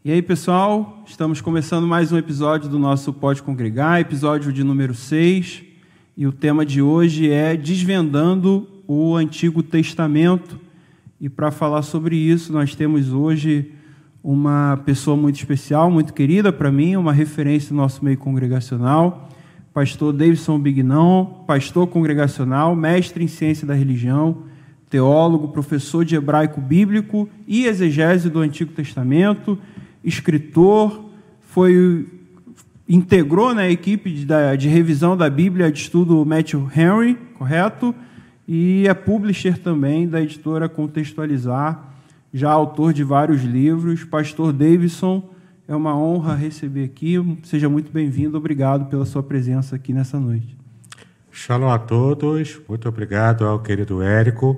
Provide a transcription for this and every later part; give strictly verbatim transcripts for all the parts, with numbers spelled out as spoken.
E aí, pessoal, estamos começando mais um episódio do nosso Pode Congregar, episódio de número seis, e o tema de hoje é Desvendando o Antigo Testamento. E para falar sobre isso, nós temos hoje uma pessoa muito especial, muito querida para mim, uma referência no nosso meio congregacional, pastor Davidson Bignon, pastor congregacional, mestre em ciência da religião, teólogo, professor de hebraico bíblico e exegese do Antigo Testamento, escritor, foi, integrou na equipe de, de revisão da Bíblia de estudo Matthew Henry, correto? E é publisher também da editora Contextualizar, já autor de vários livros. Pastor Davidson, é uma honra receber aqui, seja muito bem-vindo, obrigado pela sua presença aqui nessa noite. Shalom a todos, muito obrigado ao querido Érico,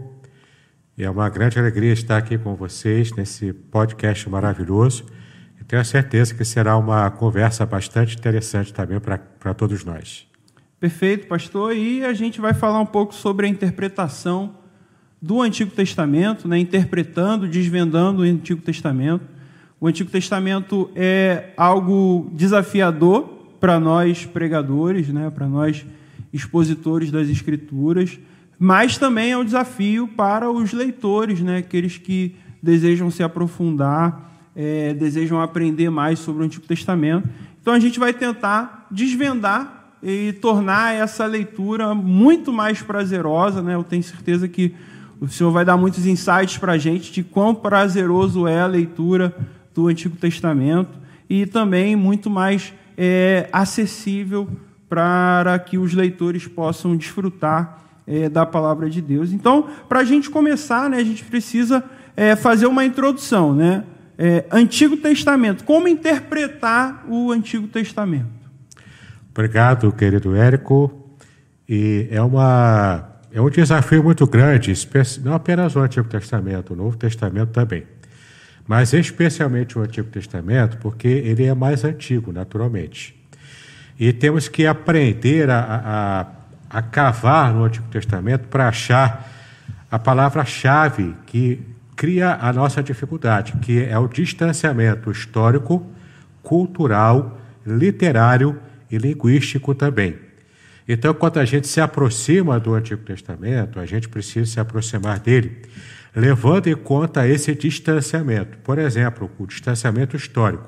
é uma grande alegria estar aqui com vocês nesse podcast maravilhoso. Tenho certeza que será uma conversa bastante interessante também para todos nós. Perfeito, pastor. E a gente vai falar um pouco sobre a interpretação do Antigo Testamento, né? Interpretando, desvendando o Antigo Testamento. O Antigo Testamento é algo desafiador para nós pregadores, né? Para nós expositores das Escrituras, mas também é um desafio para os leitores, né? Aqueles que desejam se aprofundar, É, desejam aprender mais sobre o Antigo Testamento. Então a gente vai tentar desvendar e tornar essa leitura muito mais prazerosa, né? Eu tenho certeza que o senhor vai dar muitos insights para a gente de quão prazeroso é a leitura do Antigo Testamento e também muito mais é, acessível para que os leitores possam desfrutar é, da palavra de Deus. Então, para a gente começar, né, a gente precisa é, fazer uma introdução, né? É, Antigo Testamento, como interpretar o Antigo Testamento? Obrigado, querido Érico. E é, uma, é um desafio muito grande, não apenas o Antigo Testamento, o Novo Testamento também, mas especialmente o Antigo Testamento, porque ele é mais antigo, naturalmente. E temos que aprender a, a, a cavar no Antigo Testamento para achar a palavra-chave que cria a nossa dificuldade, que é o distanciamento histórico, cultural, literário e linguístico também. Então, quando a gente se aproxima do Antigo Testamento, a gente precisa se aproximar dele, levando em conta esse distanciamento. Por exemplo, o distanciamento histórico.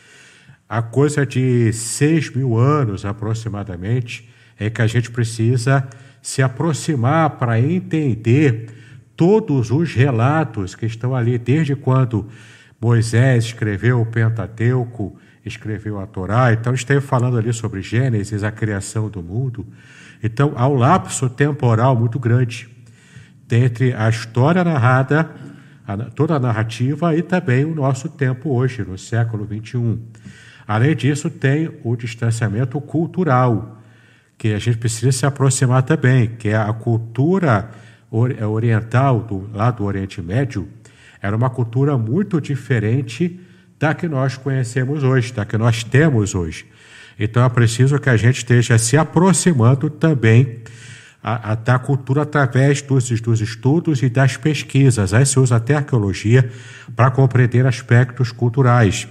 Há coisa de seis mil anos, aproximadamente, é que a gente precisa se aproximar para entender todos os relatos que estão ali, desde quando Moisés escreveu o Pentateuco, escreveu a Torá. Então, esteve falando ali sobre Gênesis, a criação do mundo. Então, há um lapso temporal muito grande entre a história narrada, a, toda a narrativa, e também o nosso tempo hoje, no século vinte e um. Além disso, tem o distanciamento cultural, que a gente precisa se aproximar também, que é a cultura oriental, do, lá do Oriente Médio, era uma cultura muito diferente da que nós conhecemos hoje, da que nós temos hoje. Então é preciso que a gente esteja se aproximando também a, a, da cultura através dos, dos estudos e das pesquisas. Aí se usa até arqueologia para compreender aspectos culturais.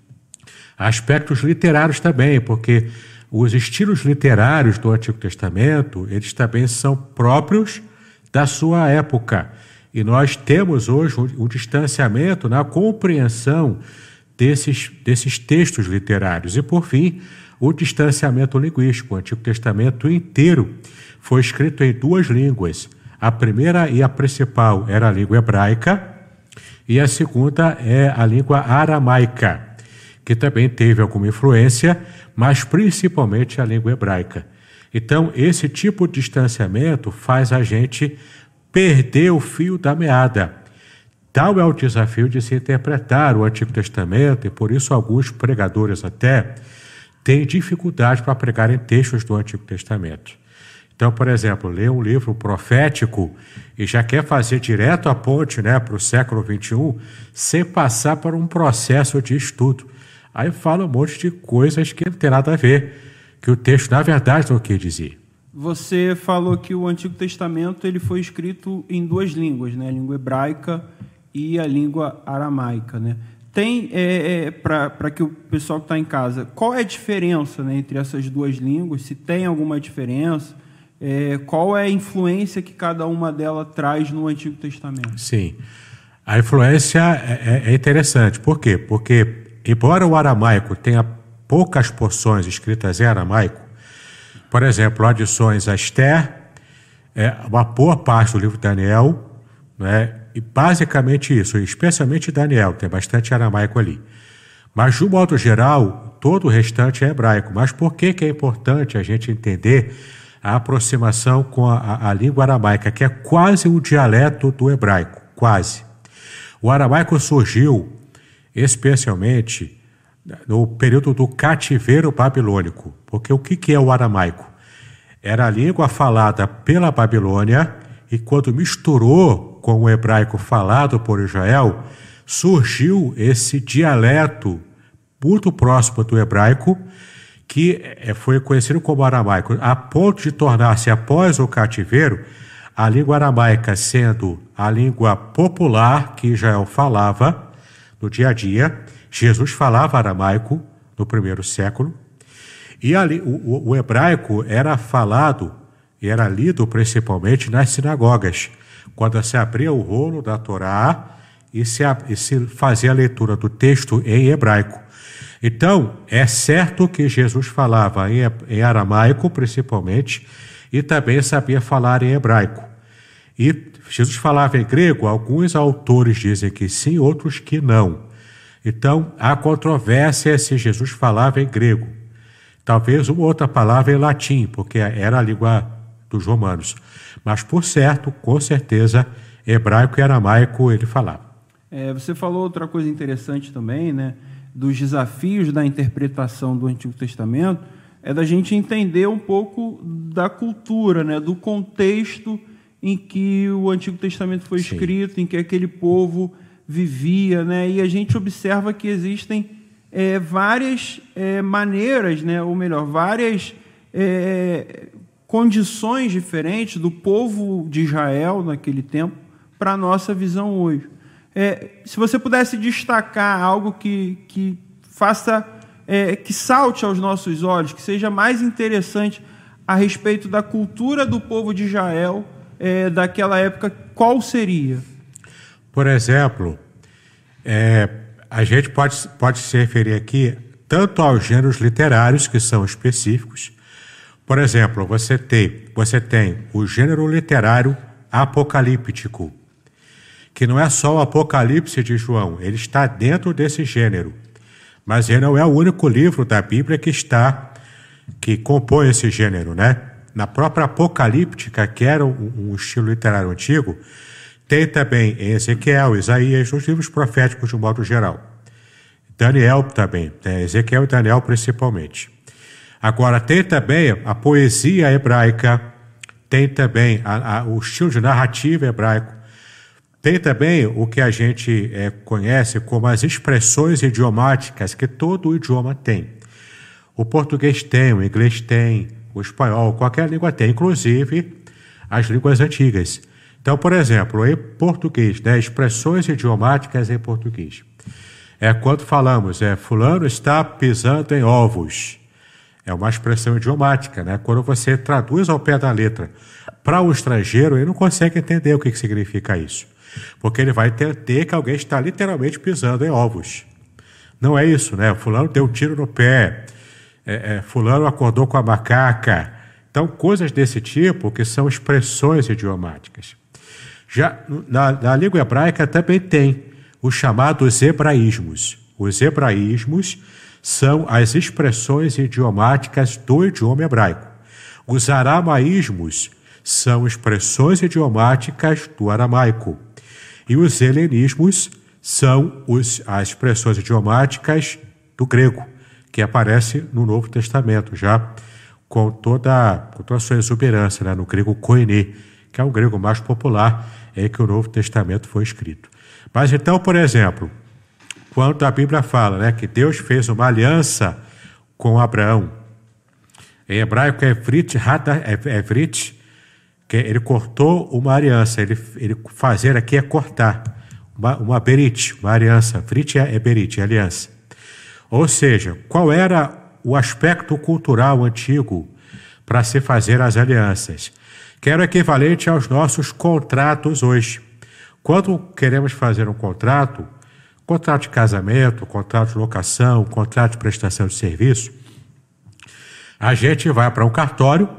Aspectos literários também, porque os estilos literários do Antigo Testamento, eles também são próprios da sua época. E nós temos hoje um, um distanciamento na compreensão desses, desses textos literários. E, por fim, o distanciamento linguístico. O Antigo Testamento inteiro foi escrito em duas línguas. A primeira e a principal era a língua hebraica, e a segunda é a língua aramaica, que também teve alguma influência, mas principalmente a língua hebraica. Então, esse tipo de distanciamento faz a gente perder o fio da meada. Tal é o desafio de se interpretar o Antigo Testamento, e por isso alguns pregadores até têm dificuldade para pregar em textos do Antigo Testamento. Então, por exemplo, lê um livro profético e já quer fazer direto a ponte, né, para o século vinte e um, sem passar por um processo de estudo. Aí fala um monte de coisas que não tem nada a ver, que o texto, na verdade, não quer dizer. Você falou que o Antigo Testamento ele foi escrito em duas línguas, né? A língua hebraica e a língua aramaica, né? tem, é, é, para que o pessoal que está em casa, qual é a diferença, né, entre essas duas línguas? Se tem alguma diferença? É, qual é a influência que cada uma delas traz no Antigo Testamento? Sim, a influência é, é interessante. Por quê? Porque, embora o aramaico tenha poucas porções escritas em aramaico, por exemplo, adições a Esther, é, uma boa parte do livro de Daniel, né, e basicamente isso, especialmente Daniel, tem bastante aramaico ali. Mas, de um modo geral, todo o restante é hebraico. Mas por que, que é importante a gente entender a aproximação com a, a, a língua aramaica, que é quase um dialeto do hebraico, quase. O aramaico surgiu especialmente no período do cativeiro babilônico, porque o que, que é o aramaico? Era a língua falada pela Babilônia, e quando misturou com o hebraico falado por Israel, surgiu esse dialeto muito próximo do hebraico, que foi conhecido como aramaico, a ponto de tornar-se, após o cativeiro, a língua aramaica sendo a língua popular que Israel falava no dia a dia. Jesus falava aramaico no primeiro século, e ali, o, o hebraico era falado e era lido principalmente nas sinagogas, quando se abria o rolo da Torá e se, e se fazia a leitura do texto em hebraico. Então, é certo que Jesus falava em, em aramaico, principalmente, e também sabia falar em hebraico. E Jesus falava em grego, alguns autores dizem que sim, outros que não. Então, há controvérsia se Jesus falava em grego. Talvez uma outra palavra em latim, porque era a língua dos romanos. Mas, por certo, com certeza, hebraico e aramaico ele falava. É, você falou outra coisa interessante também, né? Dos desafios da interpretação do Antigo Testamento, é da gente entender um pouco da cultura, né? Do contexto em que o Antigo Testamento foi Sim. escrito, em que aquele povo vivia, né? E a gente observa que existem é, várias é, maneiras, né? Ou melhor, várias é, condições diferentes do povo de Israel naquele tempo para a nossa visão hoje. É, se você pudesse destacar algo que, que faça, é, que salte aos nossos olhos, que seja mais interessante a respeito da cultura do povo de Israel é, daquela época, qual seria? Por exemplo, é, a gente pode, pode se referir aqui tanto aos gêneros literários, que são específicos. Por exemplo, você tem, você tem o gênero literário apocalíptico, que não é só o Apocalipse de João, ele está dentro desse gênero. Mas ele não é o único livro da Bíblia que está, que compõe esse gênero, né? Na própria Apocalíptica, que era um, um estilo literário antigo, tem também em Ezequiel, Isaías, os livros proféticos de um modo geral. Daniel também, né? Ezequiel e Daniel principalmente. Agora, tem também a poesia hebraica, tem também a, a, o estilo de narrativa hebraico, tem também o que a gente é, conhece como as expressões idiomáticas que todo idioma tem. O português tem, o inglês tem, o espanhol, qualquer língua tem, inclusive as línguas antigas. Então, por exemplo, em português, né, expressões idiomáticas em português. É quando falamos, é, fulano está pisando em ovos. É uma expressão idiomática, né? Quando você traduz ao pé da letra para um estrangeiro, ele não consegue entender o que, que significa isso. Porque ele vai entender que alguém está literalmente pisando em ovos. Não é isso, né? Fulano deu um tiro no pé, é, é, fulano acordou com a macaca. Então, coisas desse tipo que são expressões idiomáticas. Já na, na língua hebraica também tem os chamados hebraísmos. Os hebraísmos são as expressões idiomáticas do idioma hebraico. Os aramaísmos são expressões idiomáticas do aramaico. E os helenismos são os, as expressões idiomáticas do grego, que aparece no Novo Testamento, já com toda, com toda a sua exuberância, né, no grego koiné, que é o grego mais popular em que o Novo Testamento foi escrito. Mas então, por exemplo, quando a Bíblia fala, né, que Deus fez uma aliança com Abraão, em hebraico é vrit, é vrit, que ele cortou uma aliança, ele, ele fazer aqui é cortar. uma, uma berit, uma aliança. Brit é, é berit, é aliança. Ou seja, qual era o aspecto cultural antigo para se fazer as alianças? Que era o equivalente aos nossos contratos hoje. Quando queremos fazer um contrato, contrato de casamento, contrato de locação, contrato de prestação de serviço, a gente vai para um cartório,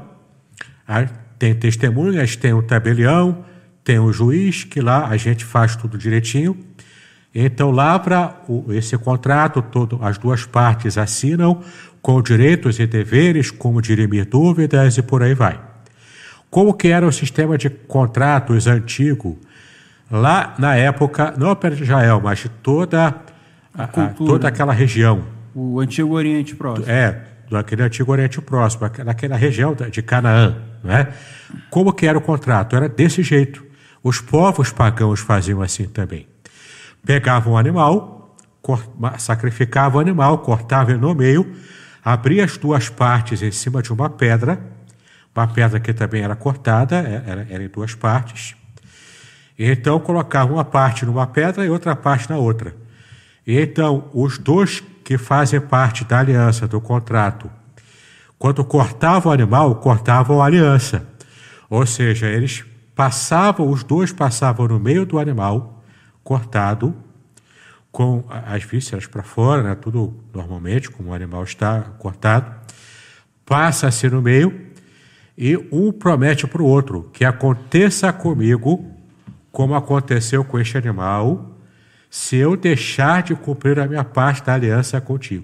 tem testemunhas, tem um tabelião, tem um juiz, que lá a gente faz tudo direitinho. Então, lavra esse contrato, todo, as duas partes assinam, com direitos e deveres, como dirimir dúvidas e por aí vai. Como que era o sistema de contratos antigo, lá na época, não apenas de Israel, mas de toda, a, a, toda aquela região. O Antigo Oriente Próximo. É, daquele Antigo Oriente Próximo, naquela região de Canaã. Não é? Como que era o contrato? Era desse jeito. Os povos pagãos faziam assim também. Pegavam o animal, sacrificavam o animal, cortavam no meio, abria as duas partes em cima de uma pedra, uma pedra que também era cortada, era, era em duas partes. Então colocavam uma parte numa pedra e outra parte na outra. E então os dois que fazem parte da aliança, do contrato, quando cortavam o animal, cortavam a aliança. Ou seja, eles passavam, os dois passavam no meio do animal cortado, com as vísceras para fora, né, tudo normalmente, como o animal está cortado, passa-se no meio e um promete para o outro que aconteça comigo como aconteceu com este animal, se eu deixar de cumprir a minha parte da aliança contigo.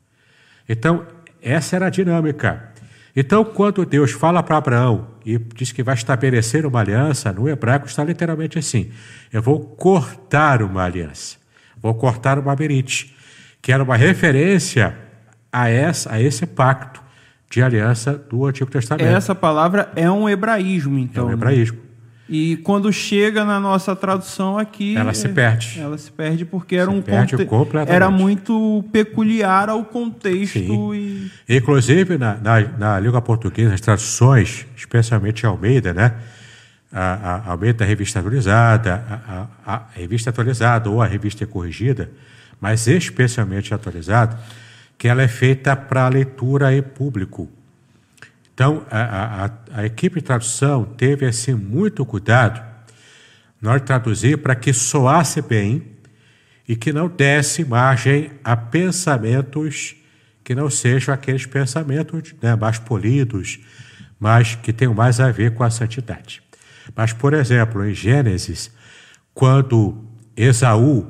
Então, essa era a dinâmica. Então, quando Deus fala para Abraão e diz que vai estabelecer uma aliança, no hebraico está literalmente assim: eu vou cortar uma aliança, vou cortar uma berite, que era uma referência a, essa, a esse pacto de aliança do Antigo Testamento. Essa palavra é um hebraísmo, então. É um hebraísmo. Né? E quando chega na nossa tradução aqui... Ela se perde. Ela se perde porque era se um perde conte... era muito peculiar ao contexto. E... Inclusive, na, na, na língua portuguesa, as traduções, especialmente a Almeida, né? A, a Almeida, a revista atualizada, a, a, a revista atualizada ou a revista corrigida, mas especialmente atualizada, que ela é feita para leitura em público. Então, a, a, a equipe de tradução teve assim, muito cuidado na hora de traduzir para que soasse bem e que não desse margem a pensamentos que não sejam aqueles pensamentos, né, mais polidos, mas que tenham mais a ver com a santidade. Mas, por exemplo, em Gênesis, quando Esaú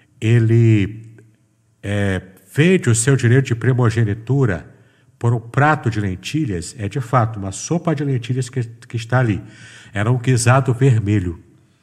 ele, é, vende o seu direito de primogenitura por um prato de lentilhas, é de fato uma sopa de lentilhas que, que está ali. Era um guisado vermelho.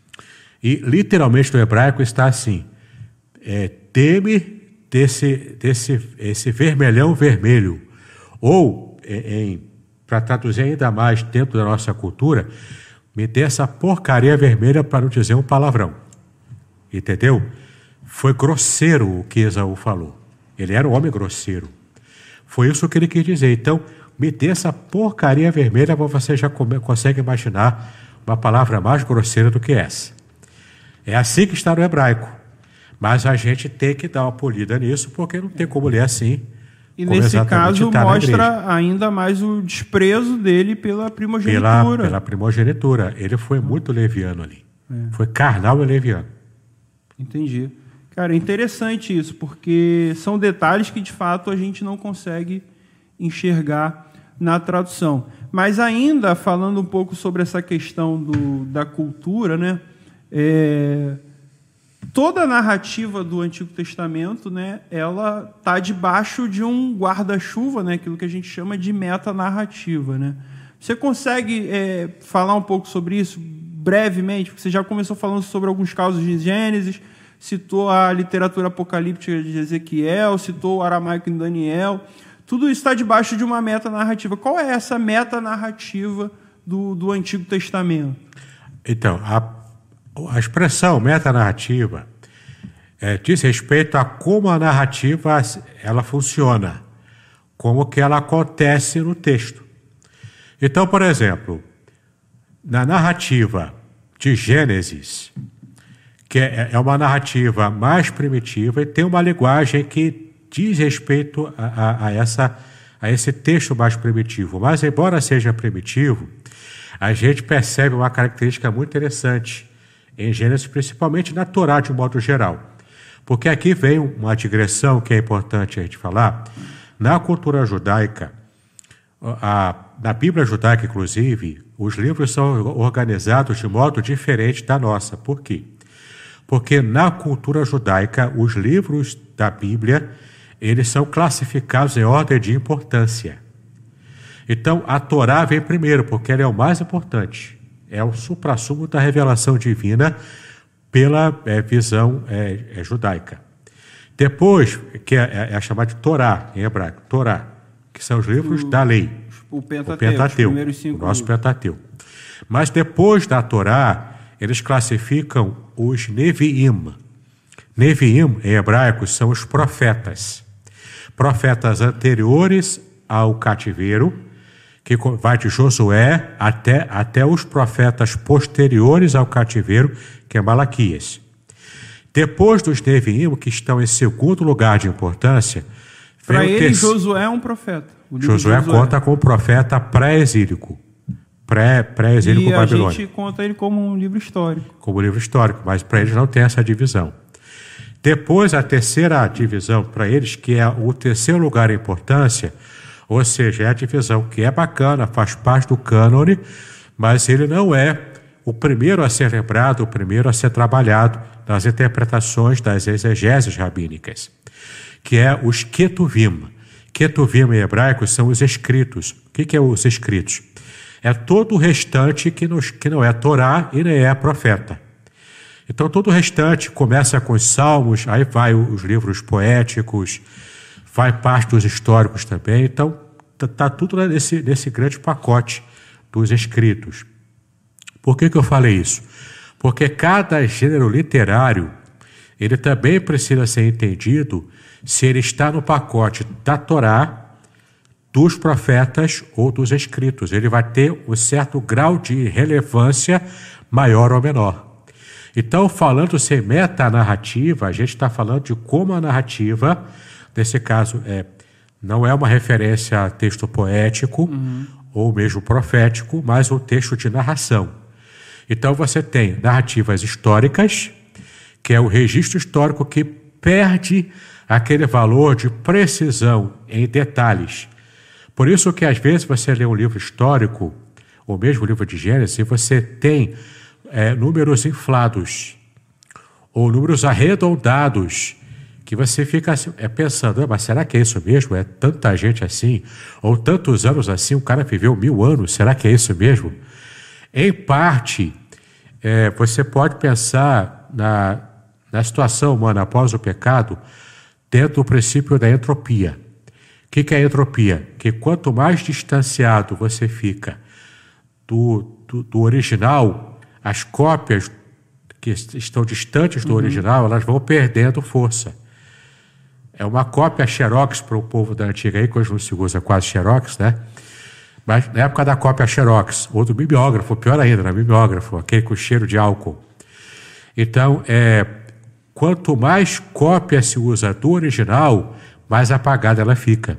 E literalmente no hebraico está assim: é, teme desse, desse esse vermelhão vermelho. Ou, para traduzir ainda mais dentro da nossa cultura, me dê essa porcaria vermelha para não dizer um palavrão. Entendeu? Foi grosseiro o que Esaú falou. Ele era um homem grosseiro. Foi isso que ele quis dizer. Então, me dê essa porcaria vermelha, você já come, consegue imaginar uma palavra mais grosseira do que essa. É assim que está no hebraico. Mas a gente tem que dar uma polida nisso, porque não tem como ler assim. E nesse caso mostra ainda mais o desprezo dele pela primogenitura. Pela, pela primogenitura. Ele foi muito leviano ali. É. Foi carnal e leviano. Entendi. Cara, é interessante isso, porque são detalhes que, de fato, a gente não consegue enxergar na tradução. Mas ainda, falando um pouco sobre essa questão do, da cultura, né? É, toda a narrativa do Antigo Testamento, né, ela está debaixo de um guarda-chuva, né, aquilo que a gente chama de metanarrativa. Né? Você consegue é, falar um pouco sobre isso brevemente? Porque você já começou falando sobre alguns casos de Gênesis, citou a literatura apocalíptica de Ezequiel, citou o aramaico em Daniel. Tudo isso está debaixo de uma metanarrativa. Qual é essa metanarrativa do, do Antigo Testamento? Então, a, a expressão metanarrativa é, diz respeito a como a narrativa ela funciona, como que ela acontece no texto. Então, por exemplo, na narrativa de Gênesis, que é, é uma narrativa mais primitiva e tem uma linguagem que diz respeito a, a, a, essa, a esse texto mais primitivo. Mas, embora seja primitivo, a gente percebe uma característica muito interessante em Gênesis, principalmente na Torá, de um modo geral. Porque aqui vem uma digressão que é importante a gente falar. Na cultura judaica, a, na Bíblia judaica, inclusive, os livros são organizados de modo diferente da nossa. Por quê? Porque na cultura judaica, os livros da Bíblia, eles são classificados em ordem de importância. Então, a Torá vem primeiro, porque ela é o mais importante. É o suprassumo da revelação divina pela é, visão é, é, judaica. Depois, que é, é a chamada de Torá, em hebraico, Torá, que são os livros o, da lei. O Pentateuco, o, Pentateuco, o nosso Pentateuco. Mas depois da Torá, eles classificam os Neviim. Neviim, em hebraico, são os profetas. Profetas anteriores ao cativeiro, que vai de Josué até, até os profetas posteriores ao cativeiro, que é Malaquias. Depois dos Neviim, que estão em segundo lugar de importância... Para ele, ter... Josué é um profeta. Josué, Josué conta como profeta pré-exílico. Pré, pré-exílico babilônico. E a gente conta ele como um livro histórico. Como livro histórico, mas para eles não tem essa divisão. Depois, a terceira divisão para eles, que é o terceiro lugar em importância, ou seja, é a divisão que é bacana, faz parte do cânone, mas ele não é o primeiro a ser lembrado, o primeiro a ser trabalhado nas interpretações das exegeses rabínicas, que é os Ketuvim. Ketuvim em hebraico são os escritos. O que, que é os escritos? É todo o restante que, nos, que não é Torá e nem é profeta. Então, todo o restante começa com os salmos, aí vai os livros poéticos, vai parte dos históricos também. Então, está tudo nesse, nesse grande pacote dos escritos. Por que, que eu falei isso? Porque cada gênero literário, ele também precisa ser entendido se ele está no pacote da Torá, dos profetas ou dos escritos. Ele vai ter um certo grau de relevância maior ou menor. Então, falando sem metanarrativa, a gente está falando de como a narrativa, nesse caso, é, não é uma referência a texto poético uhum. ou mesmo profético, mas um texto de narração. Então, você tem narrativas históricas, que é o registro histórico que perde aquele valor de precisão em detalhes. Por isso que, às vezes, você lê um livro histórico, ou mesmo um livro de Gênesis, e você tem é, números inflados, ou números arredondados, que você fica é, pensando, mas será que é isso mesmo? É tanta gente assim? Ou tantos anos assim, o cara viveu mil anos, será que é isso mesmo? Em parte, é, você pode pensar na, na situação humana após o pecado dentro do princípio da entropia. O que, que é a entropia? Que quanto mais distanciado você fica do, do, do original, as cópias que estão distantes do uhum. original, elas vão perdendo força. É uma cópia xerox para o povo da antiga aí, que hoje não se usa quase xerox, né? Mas na época da cópia xerox, ou do mimeógrafo, pior ainda, né? Mimeógrafo, aquele com cheiro de álcool. Então, é, quanto mais cópia se usa do original, mais apagada ela fica.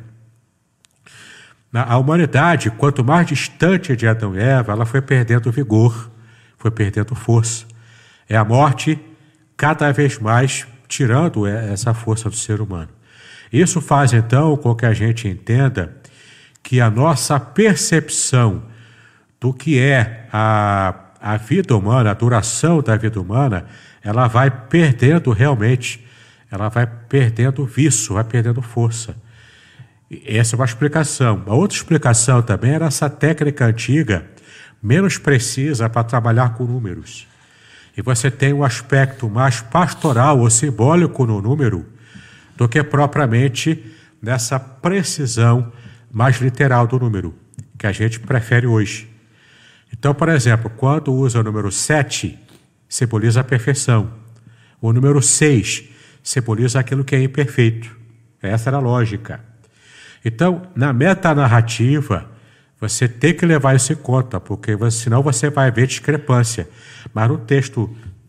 A humanidade, quanto mais distante de Adão e Eva, ela foi perdendo vigor, foi perdendo força. É a morte cada vez mais tirando essa força do ser humano. Isso faz, então, com que a gente entenda que a nossa percepção do que é a, a vida humana, a duração da vida humana, ela vai perdendo realmente, ela vai perdendo vício, vai perdendo força. Essa é uma explicação. A outra explicação também era essa técnica antiga, menos precisa para trabalhar com números. E você tem um aspecto mais pastoral ou simbólico no número do que propriamente nessa precisão mais literal do número, que a gente prefere hoje. Então, por exemplo, quando usa o número sete, simboliza a perfeição. O número seis simboliza aquilo que é imperfeito. Essa era a lógica. Então, na metanarrativa, você tem que levar isso em conta, porque você, senão você vai ver discrepância. Mas no texto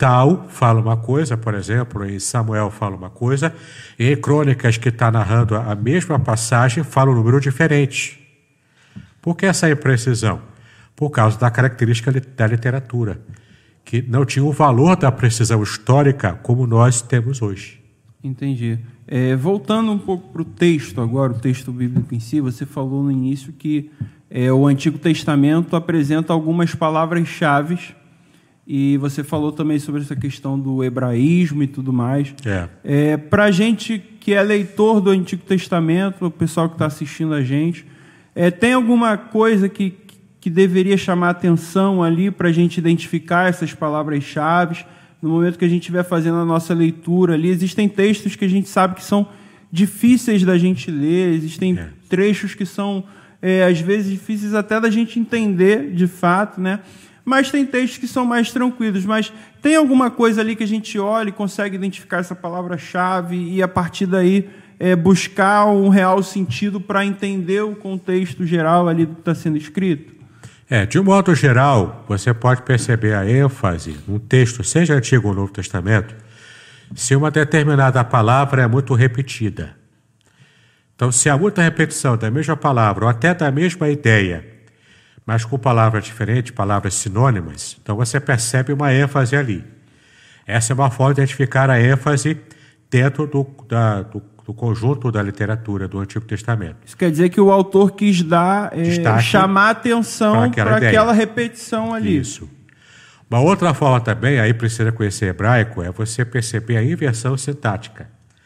tal fala uma coisa, por exemplo, em Samuel fala uma coisa, e em Crônicas, que está narrando a mesma passagem, fala um número diferente. Por que essa imprecisão? Por causa da característica da literatura, que não tinha o valor da precisão histórica como nós temos hoje. Entendi. É, voltando um pouco para o texto agora, o texto bíblico em si, você falou no início que é, o Antigo Testamento apresenta algumas palavras-chave, e você falou também sobre essa questão do hebraísmo e tudo mais. É. É, para a gente que é leitor do Antigo Testamento, o pessoal que está assistindo a gente, é, tem alguma coisa que, que deveria chamar atenção ali para a gente identificar essas palavras-chave? No momento que a gente estiver fazendo a nossa leitura ali, existem textos que a gente sabe que são difíceis da gente ler, existem é. trechos que são, é, às vezes, difíceis até da gente entender, de fato, né? Mas tem textos que são mais tranquilos. Mas tem alguma coisa ali que a gente olha e consegue identificar essa palavra-chave e, a partir daí, é, buscar um real sentido para entender o contexto geral ali do que está sendo escrito? É, de um modo geral, você pode perceber a ênfase num texto, seja Antigo ou Novo Testamento, se uma determinada palavra é muito repetida. Então, se há muita repetição da mesma palavra ou até da mesma ideia, mas com palavras diferentes, palavras sinônimas, então você percebe uma ênfase ali. Essa é uma forma de identificar a ênfase dentro do, da, do, do conjunto da literatura do Antigo Testamento. Isso quer dizer que o autor quis dar, é, chamar atenção para aquela, aquela repetição ali. Isso. Uma outra forma também, aí precisa conhecer hebraico, é você perceber a inversão sintática.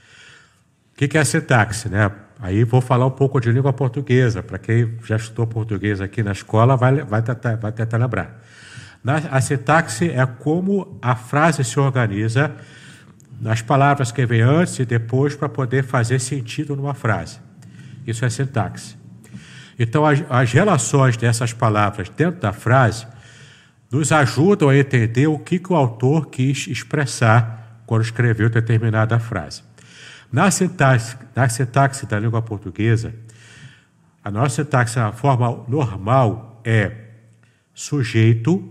O que é a sintaxe, né? Aí vou falar um pouco de língua portuguesa, para quem já estudou português aqui na escola vai, vai, tentar, vai tentar lembrar. Na, a sintaxe é como a frase se organiza nas palavras que vêm antes e depois para poder fazer sentido numa frase. Isso é sintaxe. Então, as, as relações dessas palavras dentro da frase nos ajudam a entender o que, que o autor quis expressar quando escreveu determinada frase. Na sintaxe, na sintaxe da língua portuguesa, a nossa sintaxe, a forma normal, é sujeito,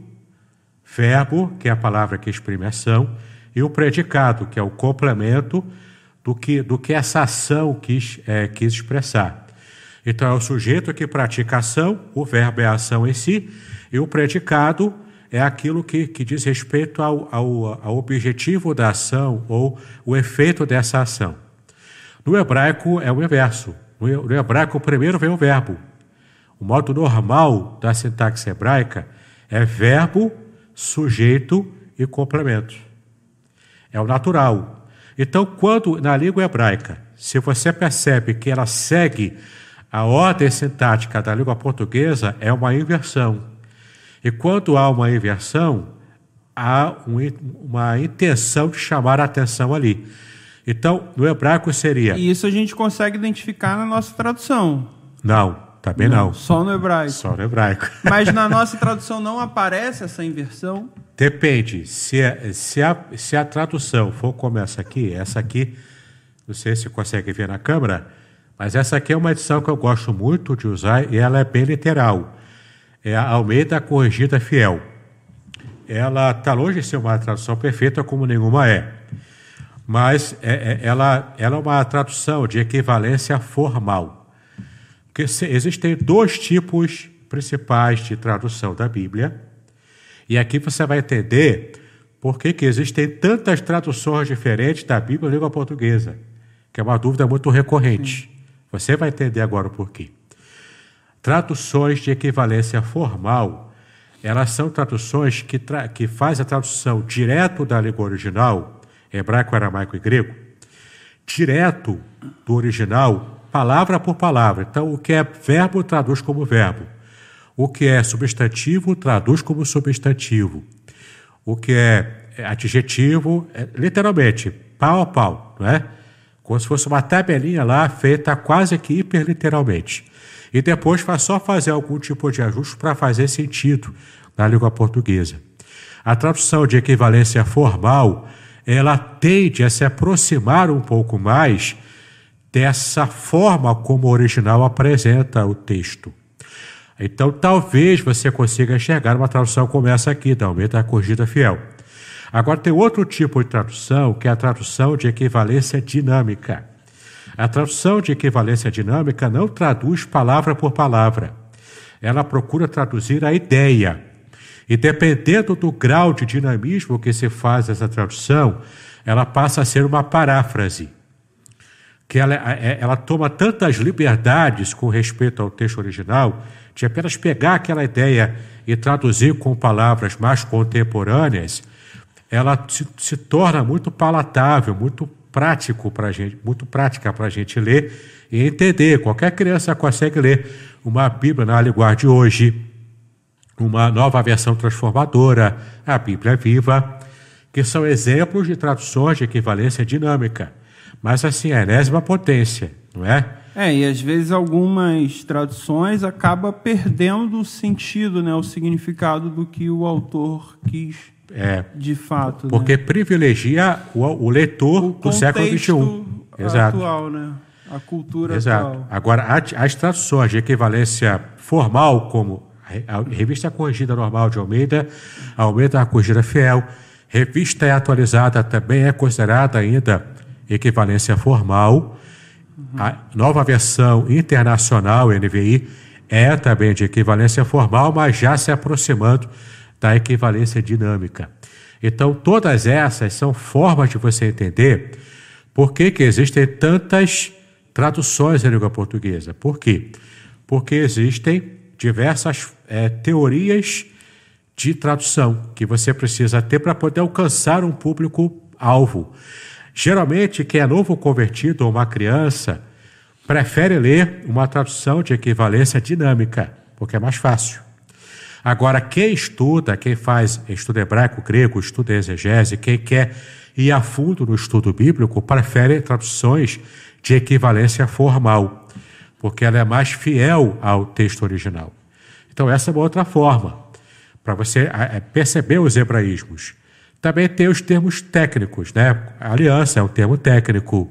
verbo, que é a palavra que exprime ação, e o predicado, que é o complemento do que, do que essa ação quis, é, quis expressar. Então, é o sujeito que pratica a ação, o verbo é a ação em si, e o predicado é aquilo que, que diz respeito ao, ao, ao objetivo da ação ou o efeito dessa ação. No hebraico é o inverso. No hebraico, primeiro vem o verbo. O modo normal da sintaxe hebraica é verbo, sujeito e complemento. É o natural. Então, quando na língua hebraica, se você percebe que ela segue a ordem sintática da língua portuguesa, é uma inversão. E quando há uma inversão, há um, uma intenção de chamar a atenção ali. Então, no hebraico seria... E isso a gente consegue identificar na nossa tradução. Não, também não. não. Só no hebraico. Só no hebraico. Mas na nossa tradução não aparece essa inversão? Depende. Se a, se a, se a tradução for como essa aqui, essa aqui, não sei se consegue ver na câmera, mas essa aqui é uma edição que eu gosto muito de usar e ela é bem literal. É a Almeida Corrigida Fiel. Ela está longe de ser uma tradução perfeita, como nenhuma é. Mas é, é, ela, ela é uma tradução de equivalência formal. Porque se, existem dois tipos principais de tradução da Bíblia, e aqui você vai entender por que, que existem tantas traduções diferentes da Bíblia em língua portuguesa, que é uma dúvida muito recorrente. Sim. Você vai entender agora o porquê. Traduções de equivalência formal, elas são traduções que, tra que fazem a tradução direto da língua original, hebraico, aramaico e grego, direto do original, palavra por palavra. Então, o que é verbo traduz como verbo. O que é substantivo traduz como substantivo. O que é adjetivo, é, literalmente, pau a pau, não é? Como se fosse uma tabelinha lá feita quase que hiperliteralmente. E depois faz só fazer algum tipo de ajuste para fazer sentido na língua portuguesa. A tradução de equivalência formal, ela tende a se aproximar um pouco mais dessa forma como o original apresenta o texto. Então, talvez você consiga enxergar uma tradução como essa aqui, da Almeida Corrigida Fiel. Agora, tem outro tipo de tradução, que é a tradução de equivalência dinâmica. A tradução de equivalência dinâmica não traduz palavra por palavra. Ela procura traduzir a ideia. E dependendo do grau de dinamismo que se faz essa tradução, ela passa a ser uma paráfrase. Que ela, ela toma tantas liberdades com respeito ao texto original, de apenas pegar aquela ideia e traduzir com palavras mais contemporâneas, ela se, se torna muito palatável, muito prático para gente, muito prática para a gente ler e entender. Qualquer criança consegue ler uma Bíblia na linguagem de hoje, uma nova versão transformadora, a Bíblia Viva, que são exemplos de traduções de equivalência dinâmica. Mas assim, a enésima potência, não é? É, e às vezes algumas traduções acabam perdendo o sentido, né, o significado do que o autor quis é, de fato. Porque né? privilegia o, o leitor o do século vinte e um. Exato. Atual, né? A cultura Exato. atual. Agora, as traduções de equivalência formal, como a Revista Corrigida Normal de Almeida, a Almeida Corrigida Fiel, Revista Atualizada também é considerada ainda equivalência formal. Uhum. A nova versão internacional, N V I, é também de equivalência formal, mas já se aproximando da equivalência dinâmica. Então, todas essas são formas de você entender por que, que existem tantas traduções em língua portuguesa. Por quê? Porque existem diversas é, teorias de tradução que você precisa ter para poder alcançar um público-alvo. Geralmente, quem é novo convertido ou uma criança prefere ler uma tradução de equivalência dinâmica, porque é mais fácil. Agora, quem estuda, quem faz estudo hebraico, grego, estuda exegese, quem quer ir a fundo no estudo bíblico, prefere traduções de equivalência formal, porque ela é mais fiel ao texto original. Então, essa é uma outra forma, para você perceber os hebraísmos. Também tem os termos técnicos, né? Aliança é um termo técnico,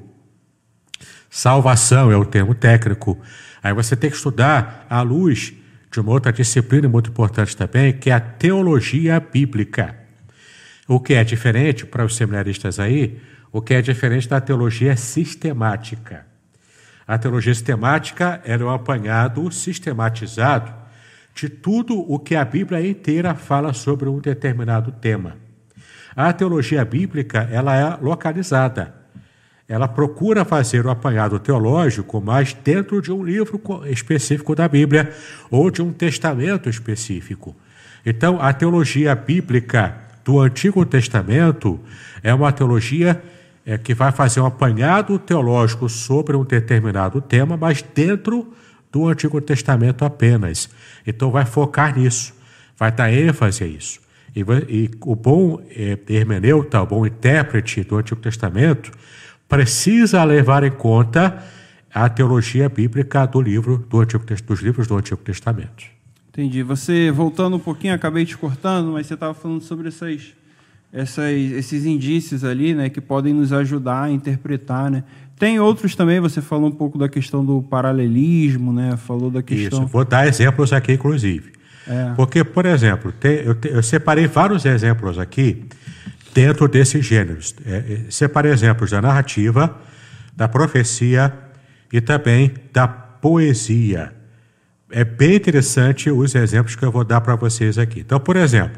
salvação é um termo técnico. Aí você tem que estudar à luz de uma outra disciplina muito importante também, que é a teologia bíblica. O que é diferente, para os seminaristas aí, o que é diferente da teologia sistemática. A teologia sistemática era um apanhado sistematizado de tudo o que a Bíblia inteira fala sobre um determinado tema. A teologia bíblica, ela é localizada. Ela procura fazer o apanhado teológico, mas dentro de um livro específico da Bíblia ou de um testamento específico. Então, a teologia bíblica do Antigo Testamento é uma teologia é, que vai fazer um apanhado teológico sobre um determinado tema, mas dentro do Antigo Testamento apenas. Então, vai focar nisso, vai dar ênfase a isso. E, e o bom é, hermeneuta, o bom intérprete do Antigo Testamento precisa levar em conta a teologia bíblica do livro, do Antigo, dos livros do Antigo Testamento. Entendi. Você, voltando um pouquinho, acabei te cortando, mas você estava falando sobre essas, essas, esses indícios ali, né, que podem nos ajudar a interpretar, né? Tem outros também, você falou um pouco da questão do paralelismo, né? Falou da questão... Isso, vou dar exemplos aqui, inclusive. É. Porque, por exemplo, tem, eu, te, eu separei vários exemplos aqui dentro desses gêneros. É, separei exemplos da narrativa, da profecia e também da poesia. É bem interessante os exemplos que eu vou dar para vocês aqui. Então, por exemplo,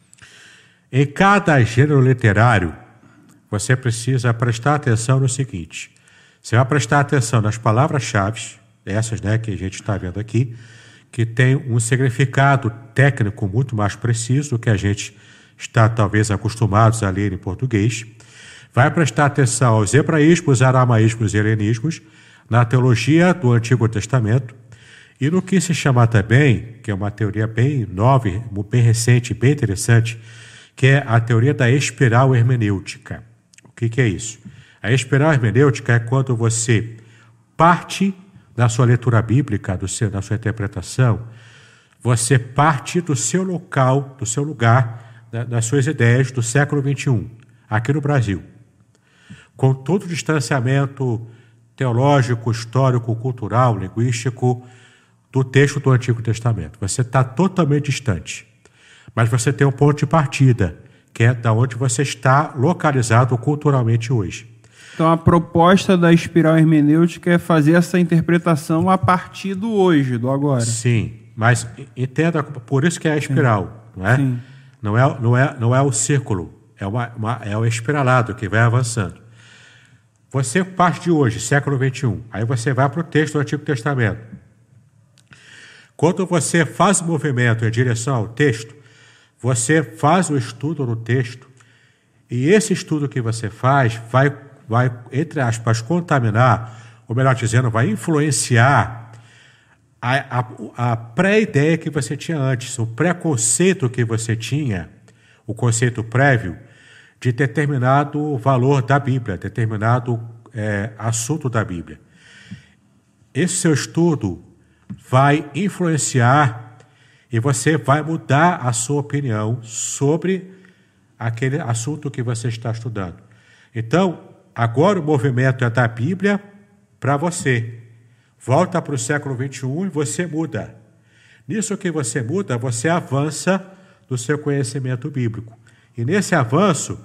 em cada gênero literário, você precisa prestar atenção no seguinte. Você vai prestar atenção nas palavras-chave, essas, né, que a gente está vendo aqui, que tem um significado técnico muito mais preciso do que a gente está talvez acostumados a ler em português. Vai prestar atenção aos hebraísmos, aramaísmos e helenismos, na teologia do Antigo Testamento, e no que se chama também, que é uma teoria bem nova, bem recente, bem interessante, que é a teoria da espiral hermenêutica. O que, que é isso? A espiral hermenêutica é quando você parte da sua leitura bíblica, do seu, da sua interpretação, você parte do seu local, do seu lugar, da, das suas ideias do século vinte e um, aqui no Brasil. Com todo o distanciamento teológico, histórico, cultural, linguístico do texto do Antigo Testamento. Você está totalmente distante. Mas você tem um ponto de partida, que é da onde você está localizado culturalmente hoje. Então, a proposta da espiral hermenêutica é fazer essa interpretação a partir do hoje, do agora. Sim, mas entenda, por isso que é a espiral, é. não é? Sim. Não é, não é, não é o círculo, é, uma, uma, é o espiralado que vai avançando. Você parte de hoje, século vinte e um, aí você vai para o texto do Antigo Testamento. Quando você faz o movimento em direção ao texto, você faz o estudo no texto, e esse estudo que você faz vai, vai entre aspas, contaminar, ou melhor dizendo, vai influenciar a, a, a pré-ideia que você tinha antes, o preconceito que você tinha, o conceito prévio, de determinado valor da Bíblia, determinado é, assunto da Bíblia. Esse seu estudo vai influenciar e você vai mudar a sua opinião sobre aquele assunto que você está estudando. Então, agora o movimento é da Bíblia para você. Volta para o século vinte e um e você muda. Nisso que você muda, você avança no seu conhecimento bíblico. E nesse avanço,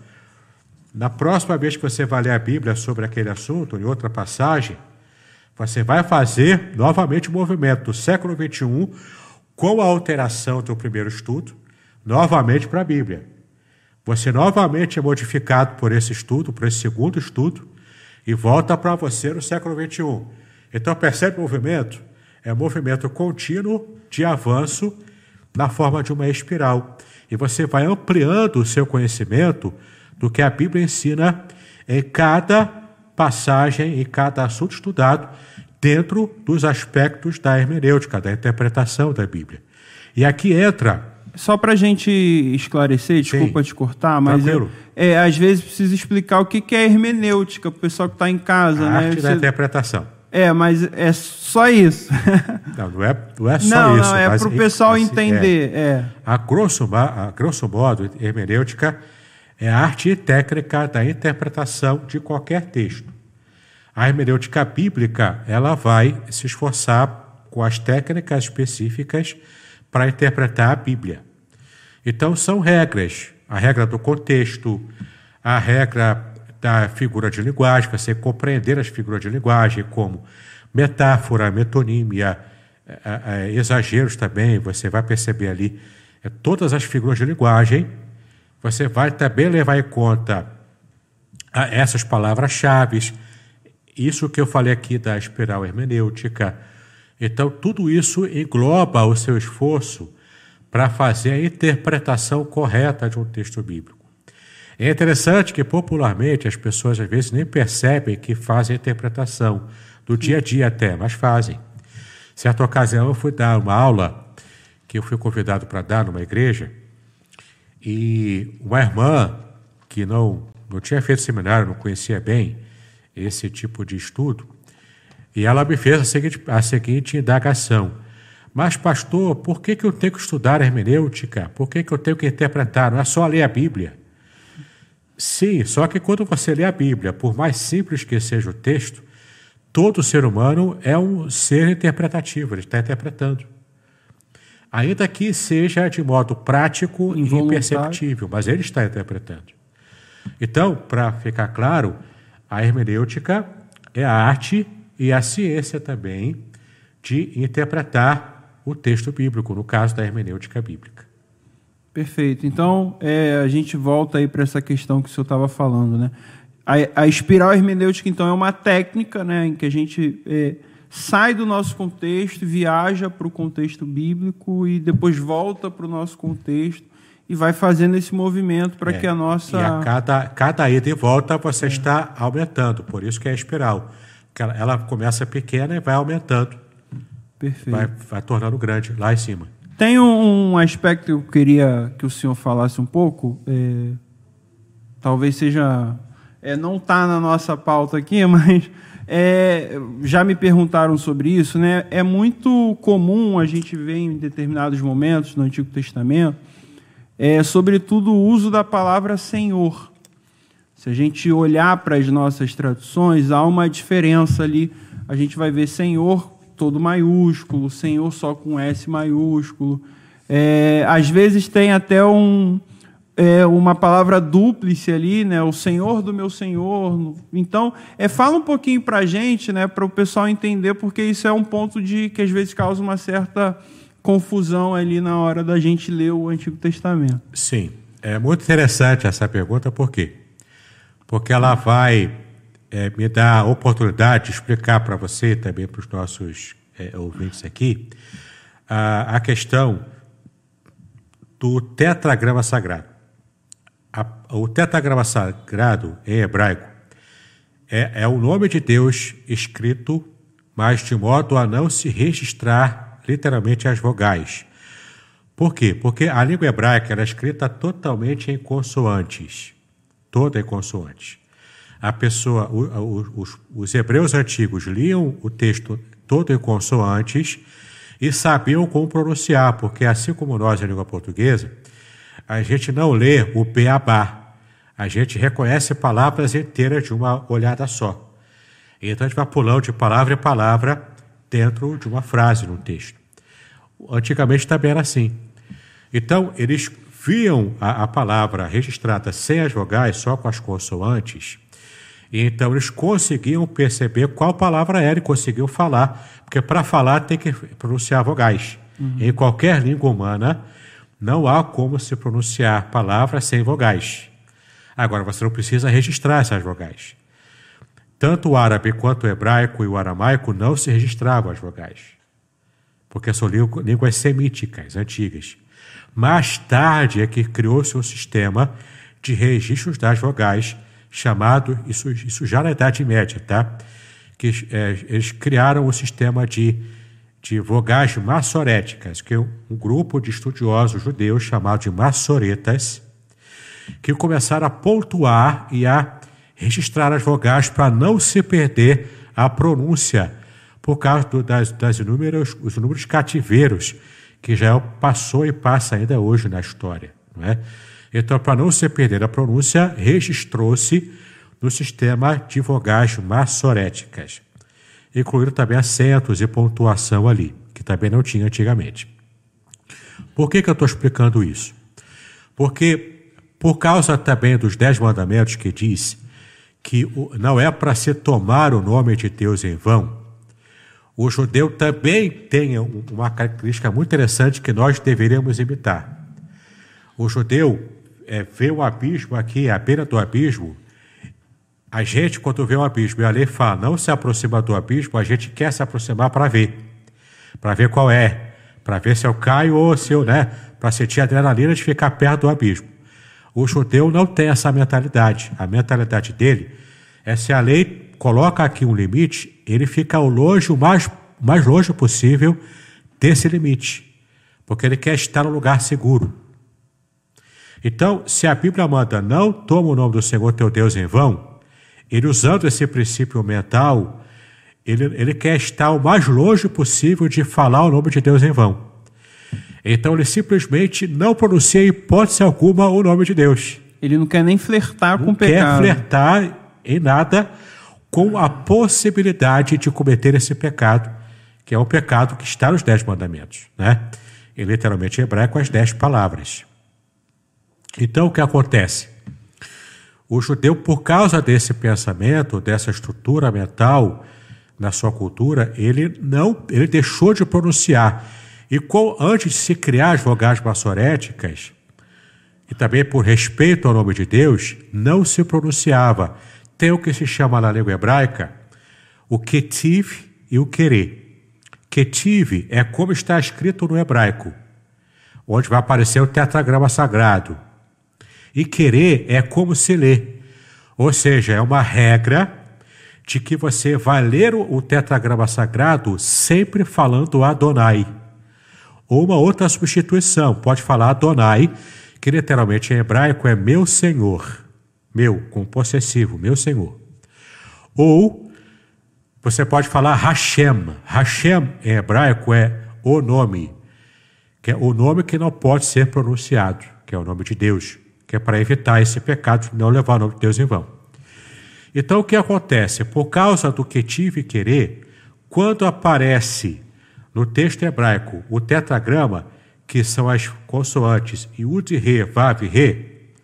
na próxima vez que você vai ler a Bíblia sobre aquele assunto, em outra passagem, você vai fazer novamente o movimento do século vinte e um com a alteração do primeiro estudo, novamente para a Bíblia. Você novamente é modificado por esse estudo, por esse segundo estudo, e volta para você no século vinte e um. Então, percebe o movimento? É um movimento contínuo de avanço na forma de uma espiral. E você vai ampliando o seu conhecimento do que a Bíblia ensina em cada passagem, em cada assunto estudado, dentro dos aspectos da hermenêutica, da interpretação da Bíblia. E aqui entra... Só para a gente esclarecer, desculpa Sim. te cortar, mas eu, é, às vezes precisa explicar o que é hermenêutica para o pessoal que está em casa. A né? arte Você... da interpretação. É, mas é só isso. Não, não é, não é só não, isso. Não, é para o pessoal assim, entender. É. É. A, grosso, a grosso modo, hermenêutica é a arte e técnica da interpretação de qualquer texto. A hermenêutica bíblica, ela vai se esforçar com as técnicas específicas para interpretar a Bíblia. Então, são regras. A regra do contexto, a regra da figura de linguagem, você compreender as figuras de linguagem, como metáfora, metonímia, é, é, exageros também, você vai perceber ali é, todas as figuras de linguagem. Você vai também levar em conta a, essas palavras-chave, isso que eu falei aqui da espiral hermenêutica. Então, tudo isso engloba o seu esforço para fazer a interpretação correta de um texto bíblico. É interessante que, popularmente, as pessoas às vezes nem percebem que fazem a interpretação, do dia a dia até, mas fazem. Certa ocasião, eu fui dar uma aula, que eu fui convidado para dar numa igreja, e uma irmã, que não, não tinha feito seminário, não conhecia bem esse tipo de estudo, e ela me fez a seguinte, a seguinte indagação: mas, pastor, por que, que eu tenho que estudar hermenêutica? Por que, que eu tenho que interpretar? Não é só ler a Bíblia. Sim, só que quando você lê a Bíblia, por mais simples que seja o texto, todo ser humano é um ser interpretativo, ele está interpretando. Ainda que seja de modo prático e imperceptível, mas ele está interpretando. Então, para ficar claro, a hermenêutica é a arte e a ciência também de interpretar o texto bíblico, no caso da hermenêutica bíblica. Perfeito. Então, é, a gente volta aí para essa questão que o senhor estava falando, né? A, a espiral hermenêutica, então, é uma técnica, né, em que a gente é, sai do nosso contexto, viaja para o contexto bíblico e depois volta para o nosso contexto e vai fazendo esse movimento para é, que a nossa... E a cada, cada ida e volta você é. está aumentando, por isso que é a espiral. Ela, ela começa pequena e vai aumentando. Perfeito. Vai, vai tornando grande lá em cima. Tem um aspecto que eu queria que o senhor falasse um pouco, é, talvez seja, é, não está na nossa pauta aqui, mas é, já me perguntaram sobre isso, né? É muito comum a gente ver em determinados momentos no Antigo Testamento, é, sobretudo o uso da palavra Senhor. Se a gente olhar para as nossas traduções, há uma diferença ali, a gente vai ver Senhor todo maiúsculo, Senhor só com S maiúsculo. É, às vezes tem até um, é uma palavra dúplice ali, né? O Senhor do meu Senhor. Então, é, fala um pouquinho para a gente, né? Para o pessoal entender, porque isso é um ponto de que às vezes causa uma certa confusão ali na hora da gente ler o Antigo Testamento. Sim, é muito interessante essa pergunta, por quê? Porque ela vai é, me dar a oportunidade de explicar para você, também para os nossos é, ouvintes aqui, a, a questão do tetragrama sagrado. A, o tetragrama sagrado, em hebraico, é, é o nome de Deus escrito, mas de modo a não se registrar literalmente as vogais. Por quê? Porque a língua hebraica era escrita totalmente em consoantes, toda em consoantes. A pessoa, o, o, os, os hebreus antigos liam o texto todo em consoantes e sabiam como pronunciar, porque assim como nós, na língua portuguesa, a gente não lê o beabá, a gente reconhece palavras inteiras de uma olhada só. Então a gente vai pulando de palavra em palavra dentro de uma frase no texto. Antigamente também era assim. Então, eles viam a, a palavra registrada sem as vogais, só com as consoantes, e então eles conseguiam perceber qual palavra era e conseguiam falar, porque para falar tem que pronunciar vogais. Uhum. Em qualquer língua humana, não há como se pronunciar palavras sem vogais. Agora, você não precisa registrar essas vogais. Tanto o árabe quanto o hebraico e o aramaico não se registravam as vogais, porque são línguas semíticas, antigas. Mais tarde é que criou-se um sistema de registros das vogais, chamado, isso, isso já na Idade Média, tá? Que é, eles criaram um sistema de, de vogais massoréticas, que é um, um grupo de estudiosos judeus chamado de massoretas, que começaram a pontuar e a registrar as vogais para não se perder a pronúncia, por causa do, das, das inúmeros, os inúmeros cativeiros que Israel passou e passa ainda hoje na história. Não é? Então, para não se perder a pronúncia, registrou-se no sistema de vogais massoréticas. Incluíram também acentos e pontuação ali, que também não tinha antigamente. Por que, que eu estou explicando isso? Porque, por causa também dos dez mandamentos que diz que não é para se tomar o nome de Deus em vão, o judeu também tem uma característica muito interessante que nós deveríamos imitar. O judeu é, vê um abismo aqui, à beira do abismo. A gente, quando vê um abismo e a lei fala, não se aproxima do abismo, a gente quer se aproximar para ver. Para ver qual é. Para ver se eu caio ou se eu, né? Para sentir a adrenalina de ficar perto do abismo. O judeu não tem essa mentalidade. A mentalidade dele é se a lei coloca aqui um limite, ele fica ao longe, o mais, mais longe possível desse limite, porque ele quer estar no lugar seguro. Então, se a Bíblia manda não toma o nome do Senhor teu Deus em vão, ele usando esse princípio mental, ele, ele quer estar o mais longe possível de falar o nome de Deus em vão. Então ele simplesmente não pronuncia em hipótese alguma o nome de Deus. Ele não quer nem flertar não com o pecado. Não quer flertar em nada com a possibilidade de cometer esse pecado, que é o pecado que está nos dez mandamentos, né? E literalmente em hebraico as dez palavras. Então o que acontece? O judeu, por causa desse pensamento, dessa estrutura mental na sua cultura, ele não, ele deixou de pronunciar. E com, antes de se criar as vogais massoréticas, e também por respeito ao nome de Deus, não se pronunciava. Tem o que se chama na língua hebraica o ketiv e o querer. Ketiv é como está escrito no hebraico, onde vai aparecer o tetragrama sagrado. E querer é como se lê. Ou seja, é uma regra de que você vai ler o tetragrama sagrado sempre falando Adonai. Ou uma outra substituição, pode falar Adonai, que literalmente em hebraico é meu Senhor. Meu, com possessivo, meu Senhor. Ou você pode falar Hashem. Hashem em hebraico é o nome, que é o nome que não pode ser pronunciado, que é o nome de Deus, que é para evitar esse pecado de não levar o nome de Deus em vão. Então o que acontece? Por causa do ketiv e querer, quando aparece no texto hebraico o tetragrama, que são as consoantes Yud, Re, Vav, Re,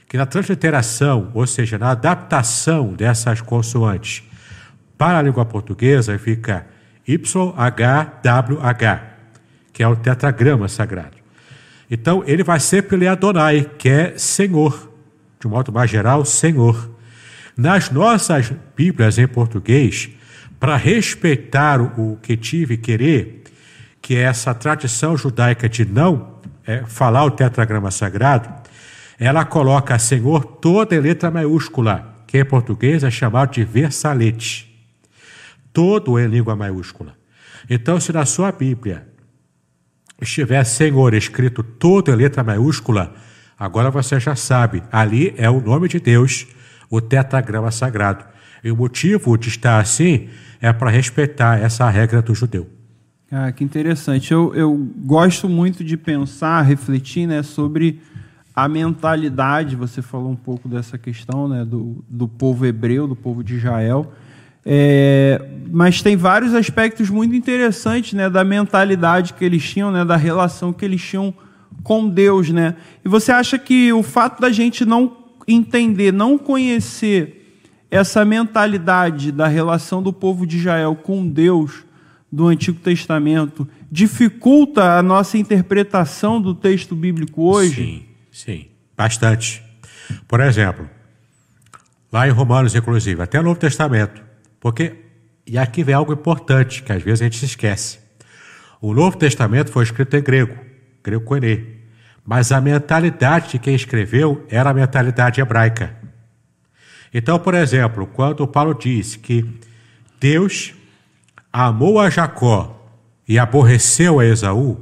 que na transliteração, ou seja, na adaptação dessas consoantes para a língua portuguesa, fica Y H W H, que é o tetragrama sagrado. Então, ele vai sempre ler Adonai, que é Senhor, de um modo mais geral, Senhor. Nas nossas Bíblias em português, para respeitar o que tive querer, que é essa tradição judaica de não é, falar o tetragrama sagrado, ela coloca Senhor toda em letra maiúscula, que em português é chamado de versalete. Todo em língua maiúscula. Então, se na sua Bíblia estiver Senhor escrito todo em letra maiúscula, agora você já sabe, ali é o nome de Deus, o tetragrama sagrado. E o motivo de estar assim é para respeitar essa regra do judeu. Ah, que interessante. Eu, eu gosto muito de pensar, refletir, né, sobre a mentalidade. Você falou um pouco dessa questão, né, do, do povo hebreu, do povo de Israel. É, mas tem vários aspectos muito interessantes, né, da mentalidade que eles tinham, né, da relação que eles tinham com Deus, né? E você acha que o fato da gente não entender, não conhecer essa mentalidade da relação do povo de Israel com Deus do Antigo Testamento dificulta a nossa interpretação do texto bíblico hoje? Sim, sim, bastante. Por exemplo, lá em Romanos, inclusive, até o Novo Testamento, porque, e aqui vem algo importante, que às vezes a gente se esquece. O Novo Testamento foi escrito em grego, grego koiné, mas a mentalidade de quem escreveu era a mentalidade hebraica. Então, por exemplo, quando Paulo diz que Deus amou a Jacó e aborreceu a Esaú,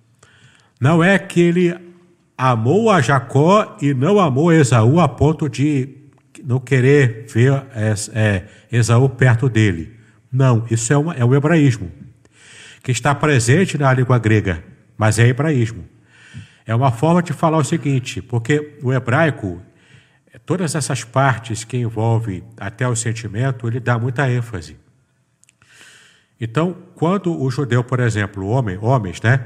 não é que ele amou a Jacó e não amou a Esaú a ponto de não querer ver é, é, Esaú perto dele. Não, isso é, uma, é o hebraísmo, que está presente na língua grega, mas é hebraísmo. É uma forma de falar o seguinte, porque o hebraico, todas essas partes que envolvem até o sentimento, ele dá muita ênfase. Então, quando o judeu, por exemplo, homem, homens, né,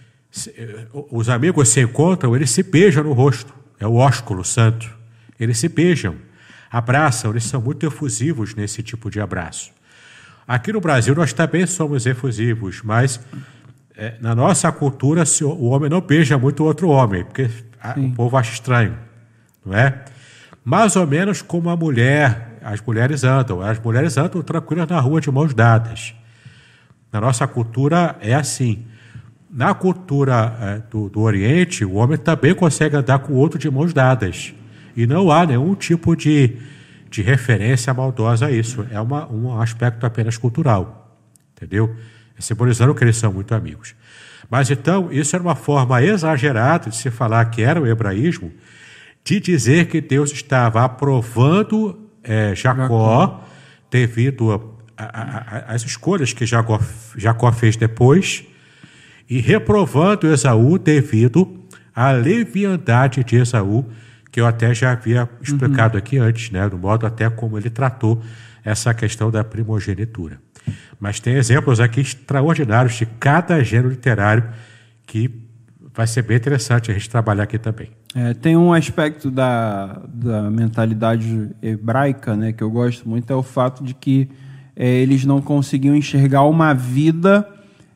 os amigos se encontram, eles se beijam no rosto, é o ósculo santo, eles se beijam, abraçam, eles são muito efusivos nesse tipo de abraço. Aqui no Brasil nós também somos efusivos, mas é, na nossa cultura o homem não beija muito o outro homem, porque a, o povo acha estranho, não é? Mais ou menos como a mulher, as mulheres andam, as mulheres andam tranquilas na rua de mãos dadas. Na nossa cultura é assim. Na cultura é, do, do Oriente, o homem também consegue andar com o outro de mãos dadas. E não há nenhum tipo de, de referência maldosa a isso. É uma, um aspecto apenas cultural. Entendeu? É simbolizando que eles são muito amigos. Mas então, isso era uma forma exagerada de se falar que era o hebraísmo, de dizer que Deus estava aprovando é, Jacó devido às escolhas que Jacó, Jacó fez depois e reprovando Esaú devido à leviandade de Esaú, que eu até já havia explicado uhum. aqui antes, né, do modo até como ele tratou essa questão da primogenitura. Mas tem exemplos aqui extraordinários de cada gênero literário que vai ser bem interessante a gente trabalhar aqui também. É, tem um aspecto da, da mentalidade hebraica, né, que eu gosto muito, é o fato de que é, eles não conseguiam enxergar uma vida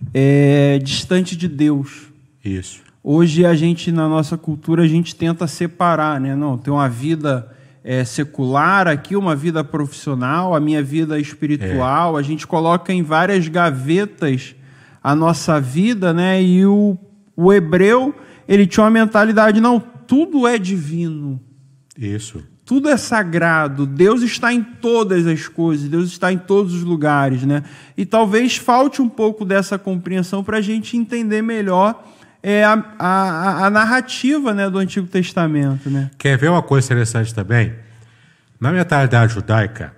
é, distante de Deus. Isso. Hoje a gente, na nossa cultura, a gente tenta separar, né? Não, tem uma vida é, secular aqui, uma vida profissional, a minha vida espiritual. É. A gente coloca em várias gavetas a nossa vida, né? E o, o hebreu, ele tinha uma mentalidade, não, tudo é divino. Isso. Tudo é sagrado. Deus está em todas as coisas, Deus está em todos os lugares, né? E talvez falte um pouco dessa compreensão para a gente entender melhor é a, a, a narrativa, né, do Antigo Testamento, né? Quer ver uma coisa interessante também? Na mentalidade judaica,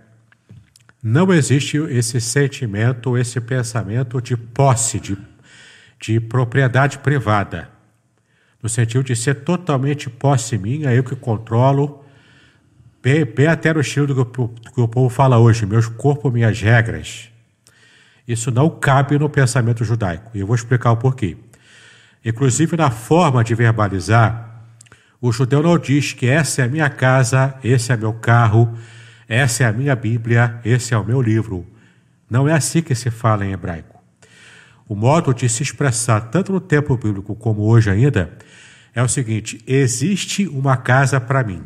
não existe esse sentimento, esse pensamento de posse, de, de propriedade privada, no sentido de ser totalmente posse minha, eu que controlo, bem, bem até no estilo do que, o, do que o povo fala hoje, meus corpos, minhas regras. Isso não cabe no pensamento judaico, e eu vou explicar o porquê. Inclusive, na forma de verbalizar, O judeu não diz que essa é a minha casa, esse é meu carro, essa é a minha Bíblia, esse é o meu livro. Não é assim que se fala em hebraico. O modo de se expressar, tanto no tempo bíblico como hoje ainda, é o seguinte: existe uma casa para mim.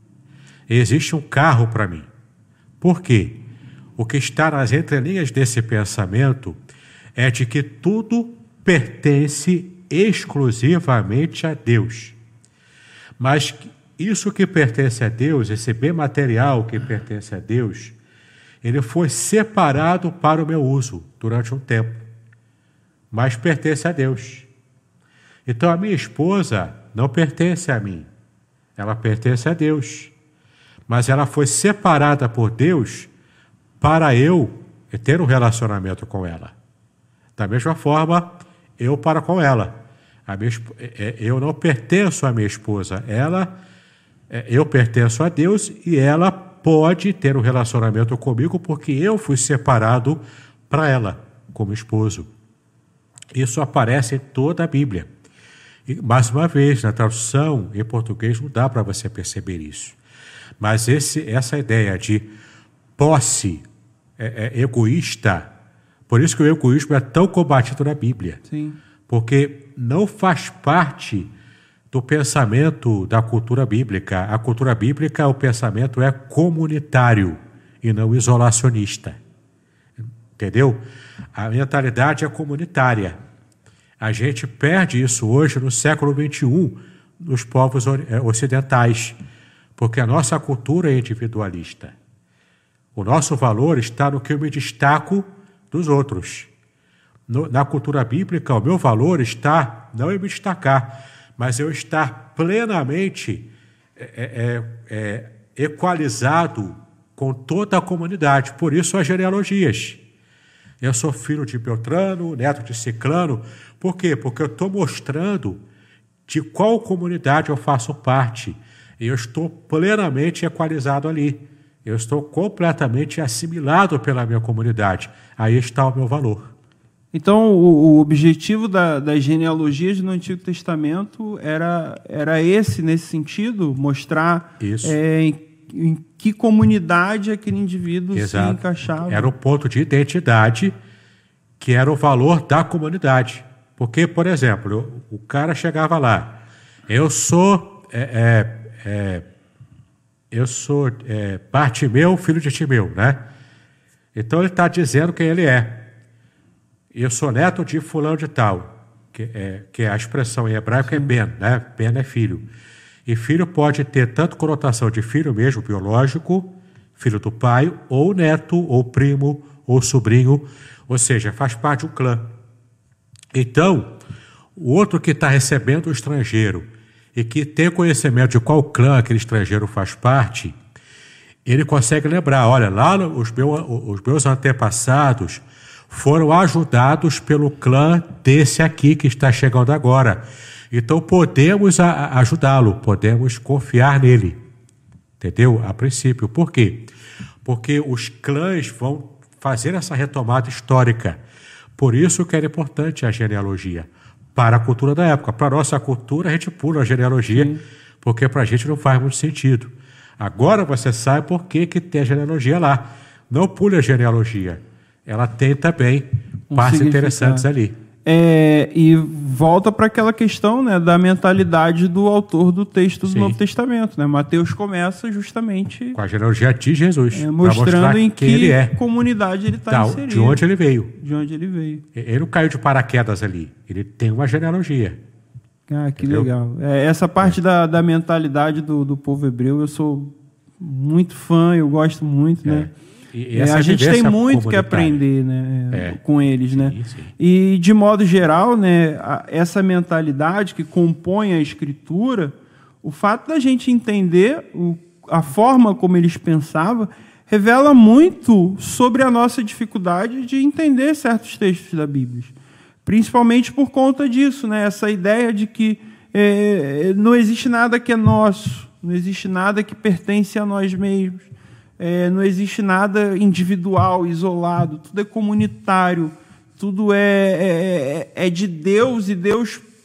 Existe um carro para mim. Por quê? O que está nas entrelinhas desse pensamento é de que tudo pertence exclusivamente a Deus. Mas isso que pertence a Deus, esse bem material que pertence a Deus, ele foi separado para o meu uso durante um tempo, mas pertence a Deus. Então a minha esposa não pertence a mim, ela pertence a Deus, mas ela foi separada por Deus para eu ter um relacionamento com ela. Da mesma forma, eu para com ela. A minha, eu não pertenço à minha esposa, ela, eu pertenço a Deus e ela pode ter um relacionamento comigo porque eu fui separado para ela como esposo. Isso aparece em toda a Bíblia. E, mais uma vez, na tradução em português não dá para você perceber isso. Mas esse, essa ideia de posse é, é, egoísta, por isso que o egoísmo é tão combatido na Bíblia. Sim. Porque não faz parte do pensamento da cultura bíblica. A cultura bíblica, o pensamento é comunitário e não isolacionista. Entendeu? A mentalidade é comunitária. A gente perde isso hoje no século vinte e um nos povos ocidentais, porque a nossa cultura é individualista. O nosso valor está no que eu me destaco dos outros. No, na cultura bíblica, o meu valor está não em me destacar, mas eu estar plenamente é, é, é, equalizado com toda a comunidade. Por isso as genealogias. Eu sou filho de Beltrano, neto de Ciclano. Por quê? Porque eu estou mostrando de qual comunidade eu faço parte. E eu estou plenamente equalizado ali. Eu estou completamente assimilado pela minha comunidade. Aí está o meu valor. Então, o, o objetivo da, das genealogias no Antigo Testamento era, era esse, nesse sentido, mostrar é, em, em que comunidade aquele indivíduo Exato. se encaixava. Era um ponto de identidade que era o valor da comunidade. Porque, por exemplo, eu, o cara chegava lá, eu sou, é, é, é, eu sou é, Bartimeu, filho de Timeu, né? Então ele está dizendo quem ele é. Eu sou neto de fulano de tal, que é, que é a expressão em hebraico. Sim. É Ben, né? Ben é filho. E filho pode ter tanto conotação de filho mesmo, biológico, filho do pai, ou neto, ou primo, ou sobrinho, ou seja, faz parte de um clã. Então, o outro que está recebendo o estrangeiro e que tem conhecimento de qual clã aquele estrangeiro faz parte, ele consegue lembrar, olha, lá os meus, os meus antepassados foram ajudados pelo clã desse aqui que está chegando agora. Então podemos ajudá-lo, podemos confiar nele. Entendeu? A princípio. Por quê? Porque os clãs vão fazer essa retomada histórica. Por isso que era importante a genealogia. Para a cultura da época. Para a nossa cultura, a gente pula a genealogia, Sim. porque para a gente não faz muito sentido. Agora você sabe por que, que tem a genealogia lá. Não pule a genealogia. Ela tem também um partes interessantes ali. É, e volta para aquela questão, né, da mentalidade do autor do texto do Sim. Novo Testamento. Né? Mateus começa justamente com a genealogia de Jesus, é, mostrando em que ele é. comunidade ele está inserido. De onde ele veio. De onde ele veio. Ele não caiu de paraquedas ali. Ele tem uma genealogia. Ah, que Entendeu? legal. É, essa parte é. da, da mentalidade do, do povo hebreu, eu sou muito fã, eu gosto muito, é. né? E, e é, a gente tem muito que aprender, né, é. com eles, sim, né? Sim. E de modo geral, né, a, essa mentalidade que compõe a Escritura, o fato da gente entender o, a forma como eles pensavam, revela muito sobre a nossa dificuldade de entender certos textos da Bíblia, principalmente por conta disso, né? Essa ideia de que é, não existe nada que é nosso, não existe nada que pertence a nós mesmos. É, não existe nada individual, isolado, tudo é comunitário, tudo é, é, é de Deus e Deus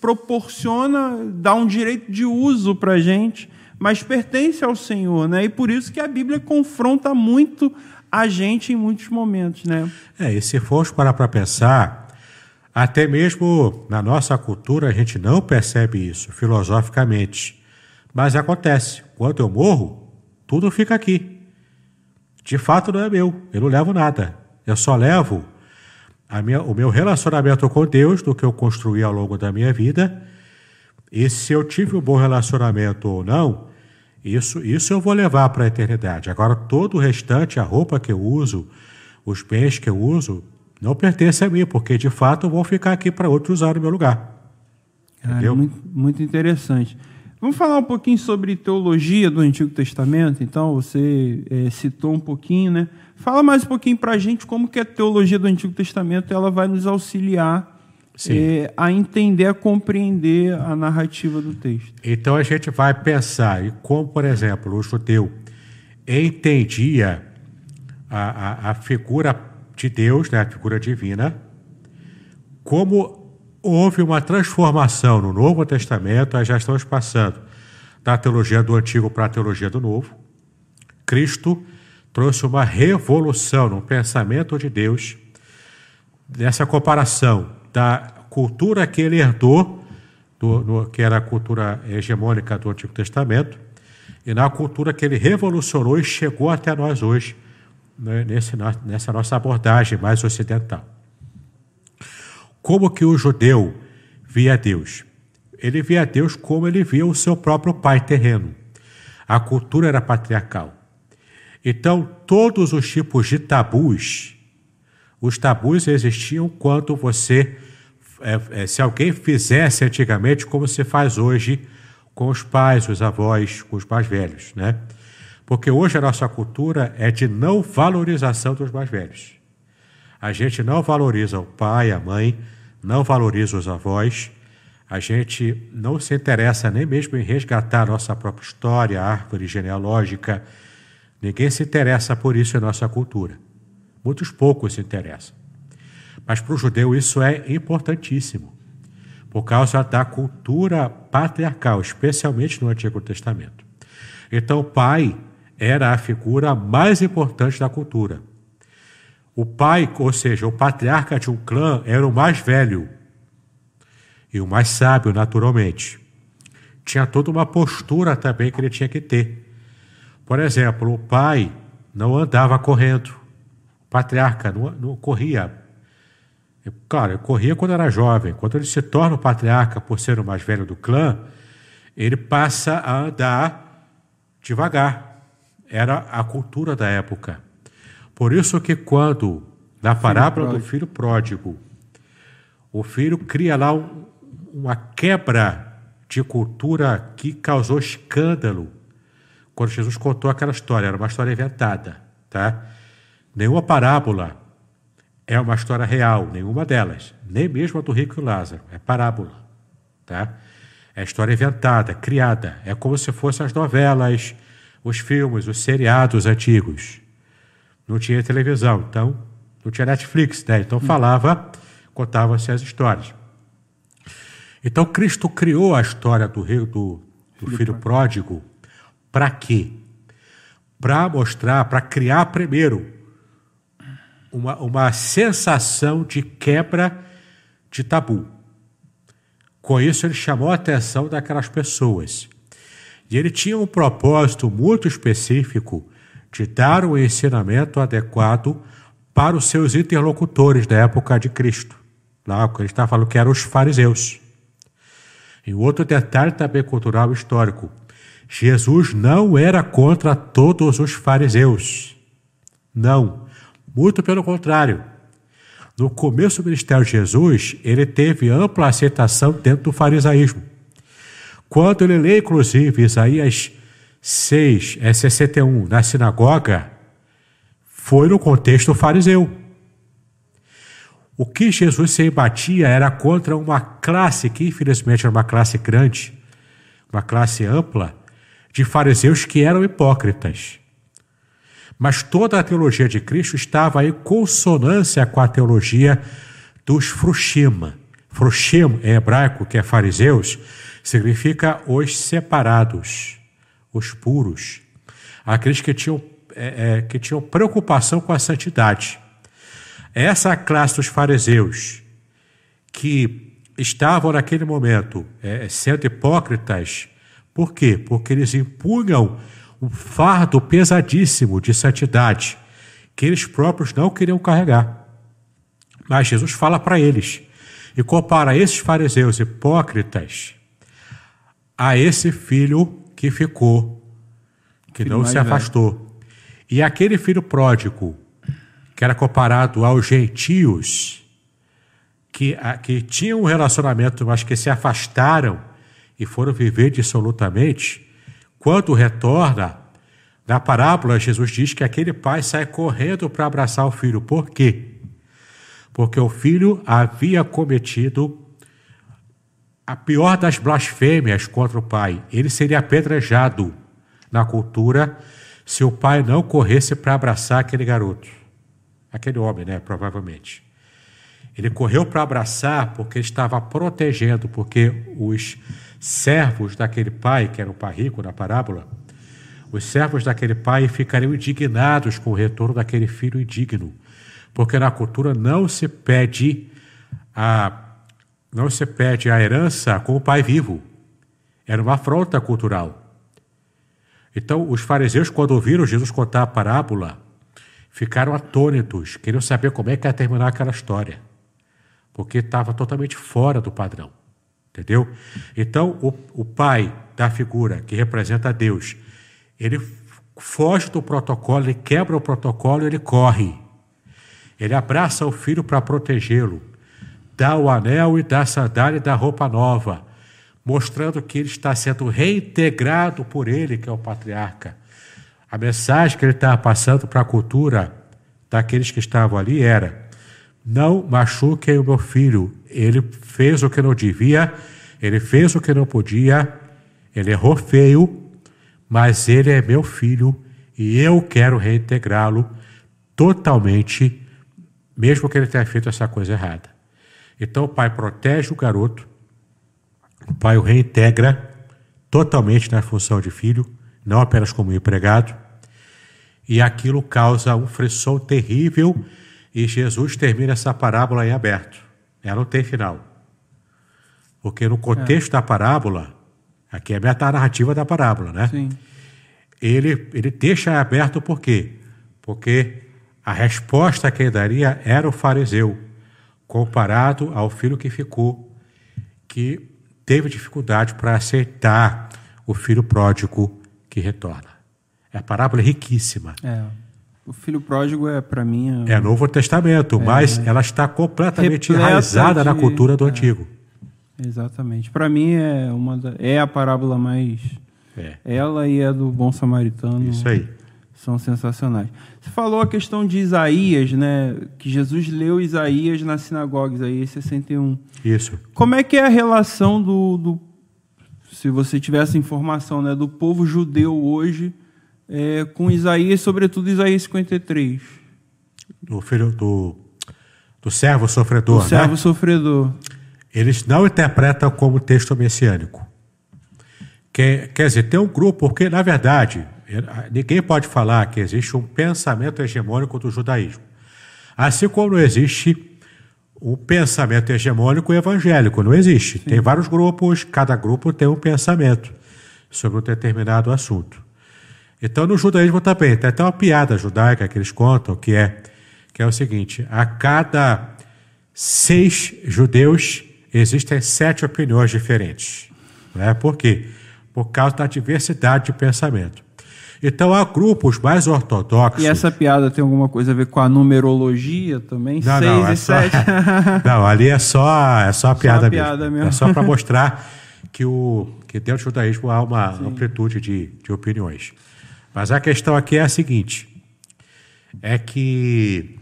proporciona, dá um direito de uso para a gente, mas pertence ao Senhor, né? E por isso que a Bíblia confronta muito a gente em muitos momentos, né? É, e se formos parar para pensar, até mesmo na nossa cultura a gente não percebe isso filosoficamente, mas acontece. Quando eu morro, tudo fica aqui. De fato não é meu, eu não levo nada. Eu só levo a minha, o meu relacionamento com Deus, do que eu construí ao longo da minha vida, e se eu tive um bom relacionamento ou não, isso, isso eu vou levar para a eternidade. Agora, todo o restante, a roupa que eu uso, os bens que eu uso, não pertence a mim, porque de fato eu vou ficar aqui para outros usar no meu lugar. Cara, entendeu? Muito, muito interessante. Vamos falar um pouquinho sobre teologia do Antigo Testamento, então, você é, citou um pouquinho, né? Fala mais um pouquinho para a gente como que a teologia do Antigo Testamento ela vai nos auxiliar é, a entender, a compreender a narrativa do texto. Então a gente vai pensar, e como, por exemplo, o judeu entendia a, a, a figura de Deus, né, a figura divina, como houve uma transformação no Novo Testamento, nós já estamos passando da teologia do Antigo para a teologia do Novo. Cristo trouxe uma revolução no pensamento de Deus, nessa comparação da cultura que ele herdou, do, no, que era a cultura hegemônica do Antigo Testamento, e na cultura que ele revolucionou e chegou até nós hoje, né, nesse, nessa nossa abordagem mais ocidental. Como que o judeu via Deus? Ele via Deus como ele via o seu próprio pai terreno. A cultura era patriarcal. Então, todos os tipos de tabus, os tabus existiam quando você, é, é, se alguém fizesse antigamente como se faz hoje com os pais, os avós, com os mais velhos, né? Porque hoje a nossa cultura é de não valorização dos mais velhos. A gente não valoriza o pai, a mãe, não valoriza os avós, a gente não se interessa nem mesmo em resgatar a nossa própria história, a árvore genealógica. Ninguém se interessa por isso em nossa cultura. Muitos poucos se interessam. Mas para o judeu isso é importantíssimo, por causa da cultura patriarcal, especialmente no Antigo Testamento. Então o pai era a figura mais importante da cultura. O pai, ou seja, o patriarca de um clã, era o mais velho e o mais sábio, naturalmente. Tinha toda uma postura também que ele tinha que ter. Por exemplo, o pai não andava correndo. O patriarca não, não corria. Claro, ele corria quando era jovem. Quando ele se torna o patriarca, por ser o mais velho do clã, ele passa a andar devagar. Era a cultura da época. Por isso que quando, na parábola do filho pródigo, o filho cria lá um, uma quebra de cultura que causou escândalo. Quando Jesus contou aquela história, era uma história inventada, tá? Nenhuma parábola é uma história real, nenhuma delas, nem mesmo a do rico e o Lázaro, é parábola, tá? É história inventada, criada, é como se fossem as novelas, os filmes, os seriados antigos. Não tinha televisão, então não tinha Netflix, né? Então falava, contava-se as histórias. Então Cristo criou a história do, rio, do, do filho, filho pródigo para quê? Para mostrar, para criar primeiro uma, uma sensação de quebra de tabu. Com isso ele chamou a atenção daquelas pessoas. E ele tinha um propósito muito específico de dar um ensinamento adequado para os seus interlocutores da época de Cristo. Lá, ele está falando que eram os fariseus. E outro detalhe também cultural e histórico. Jesus não era contra todos os fariseus. Não. Muito pelo contrário. No começo do ministério de Jesus, ele teve ampla aceitação dentro do farisaísmo. Quando ele lê, inclusive, Isaías seis, é sessenta e um, na sinagoga, foi no contexto fariseu. O que Jesus se embatia era contra uma classe, que infelizmente era uma classe grande, uma classe ampla, de fariseus que eram hipócritas. Mas toda a teologia de Cristo estava em consonância com a teologia dos frushima. Froshim, em hebraico, que é fariseus, significa os separados, os puros, aqueles que tinham, é, é, que tinham preocupação com a santidade. Essa classe dos fariseus, que estavam naquele momento é, sendo hipócritas, por quê? Porque eles impunham um fardo pesadíssimo de santidade, que eles próprios não queriam carregar. Mas Jesus fala para eles, e compara esses fariseus hipócritas a esse filho que ficou, que não se afastou. E aquele filho pródigo, que era comparado aos gentios, que, a, que tinham um relacionamento, mas que se afastaram e foram viver dissolutamente, quando retorna, na parábola, Jesus diz que aquele pai sai correndo para abraçar o filho. Por quê? Porque o filho havia cometido a pior das blasfêmias contra o pai. Ele seria apedrejado na cultura se o pai não corresse para abraçar aquele garoto. Aquele homem, né? Provavelmente. Ele correu para abraçar porque ele estava protegendo, porque os servos daquele pai, que era o pai rico na parábola, os servos daquele pai ficariam indignados com o retorno daquele filho indigno, porque na cultura não se pede a, não se pede a herança com o pai vivo. Era uma afronta cultural. Então, os fariseus, quando ouviram Jesus contar a parábola, ficaram atônitos, queriam saber como é que ia terminar aquela história, porque estava totalmente fora do padrão. Entendeu? Então, o, o pai da figura, que representa Deus, ele foge do protocolo, ele quebra o protocolo, ele corre. Ele abraça o filho para protegê-lo, dá o anel e dá a sandália e dá a roupa nova, mostrando que ele está sendo reintegrado por ele, que é o patriarca. A mensagem que ele estava passando para a cultura daqueles que estavam ali era: não machuquem o meu filho, ele fez o que não devia, ele fez o que não podia, ele errou feio, mas ele é meu filho e eu quero reintegrá-lo totalmente, mesmo que ele tenha feito essa coisa errada. Então o pai protege o garoto, o pai o reintegra totalmente na função de filho, não apenas como empregado, e aquilo causa um frisson terrível, e Jesus termina essa parábola em aberto. Ela não tem final. Porque no contexto é. da parábola, aqui é a metanarrativa da parábola, né? Sim. Ele, ele deixa aberto por quê? Porque a resposta que ele daria era o fariseu, comparado ao filho que ficou, que teve dificuldade para aceitar o filho pródigo que retorna. A parábola é riquíssima. É, o filho pródigo é, para mim... É, é Novo Testamento, é, mas ela está completamente enraizada de, na cultura do é, Antigo. Exatamente. Para mim é, uma da, é a parábola mais... É. Ela e a do Bom Samaritano. Isso aí. São sensacionais. Você falou a questão de Isaías, né? Que Jesus leu Isaías na sinagoga, Isaías sessenta e um. Isso. Como é que é a relação do, do se você tivesse informação, né, do povo judeu hoje é, com Isaías, sobretudo Isaías cinquenta e três? Do filho do, do servo sofredor, do servo né? sofredor. Eles não interpretam como texto messiânico. Quer, quer dizer, tem um grupo, porque, na verdade, ninguém pode falar que existe um pensamento hegemônico do judaísmo. Assim como não existe um pensamento hegemônico evangélico, não existe. Sim. Tem vários grupos, cada grupo tem um pensamento sobre um determinado assunto. Então, no judaísmo também, tem até uma piada judaica que eles contam, que é, que é o seguinte: a cada seis judeus existem sete opiniões diferentes. Né? Por quê? Por causa da diversidade de pensamento. Então, há grupos mais ortodoxos... E essa piada tem alguma coisa a ver com a numerologia também? Não, Seis não, é e só, sete? Não, ali é só, é só a piada, só a mesmo. piada mesmo. É só para mostrar que, o, que dentro do judaísmo há uma Sim. amplitude de, de opiniões. Mas a questão aqui é a seguinte, é que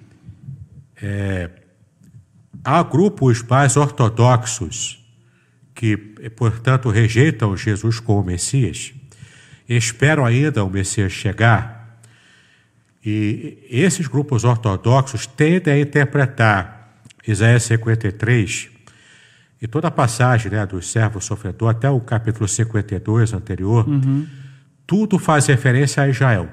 é, há grupos mais ortodoxos que, portanto, rejeitam Jesus como Messias, esperam ainda o Messias chegar, e esses grupos ortodoxos tendem a interpretar Isaías cinquenta e três E toda a passagem, né, do servo sofredor, até o capítulo cinquenta e dois anterior, uhum. tudo faz referência a Israel.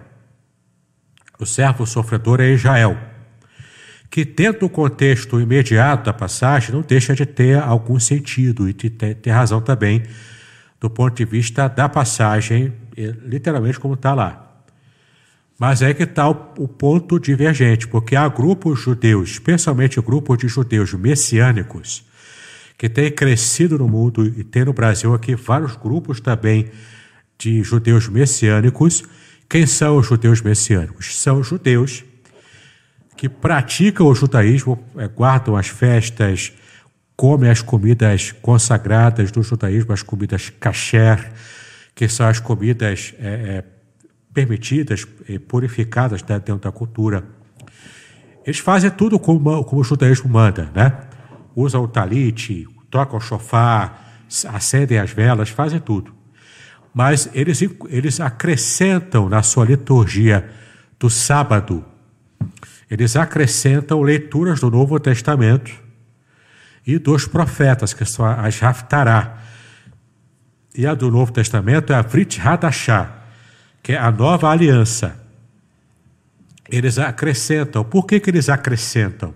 O servo sofredor é Israel, que dentro do contexto imediato da passagem não deixa de ter algum sentido e de ter, ter razão também do ponto de vista da passagem, literalmente como está lá. Mas é que está o, o ponto divergente, porque há grupos judeus, especialmente grupos de judeus messiânicos, que têm crescido no mundo e tem no Brasil aqui vários grupos também de judeus messiânicos. Quem são os judeus messiânicos? São judeus que praticam o judaísmo, guardam as festas, comem as comidas consagradas do judaísmo, as comidas kasher, que são as comidas é, é, permitidas e purificadas dentro da cultura. Eles fazem tudo como, como o judaísmo manda, né? Usam o talite, tocam o shofar, acendem as velas, fazem tudo. Mas eles, eles acrescentam na sua liturgia do sábado, eles acrescentam leituras do Novo Testamento e dos profetas, que são as Haftará. E a do Novo Testamento é a Brit Hadashah, que é a nova aliança. Eles acrescentam. Por que que eles acrescentam?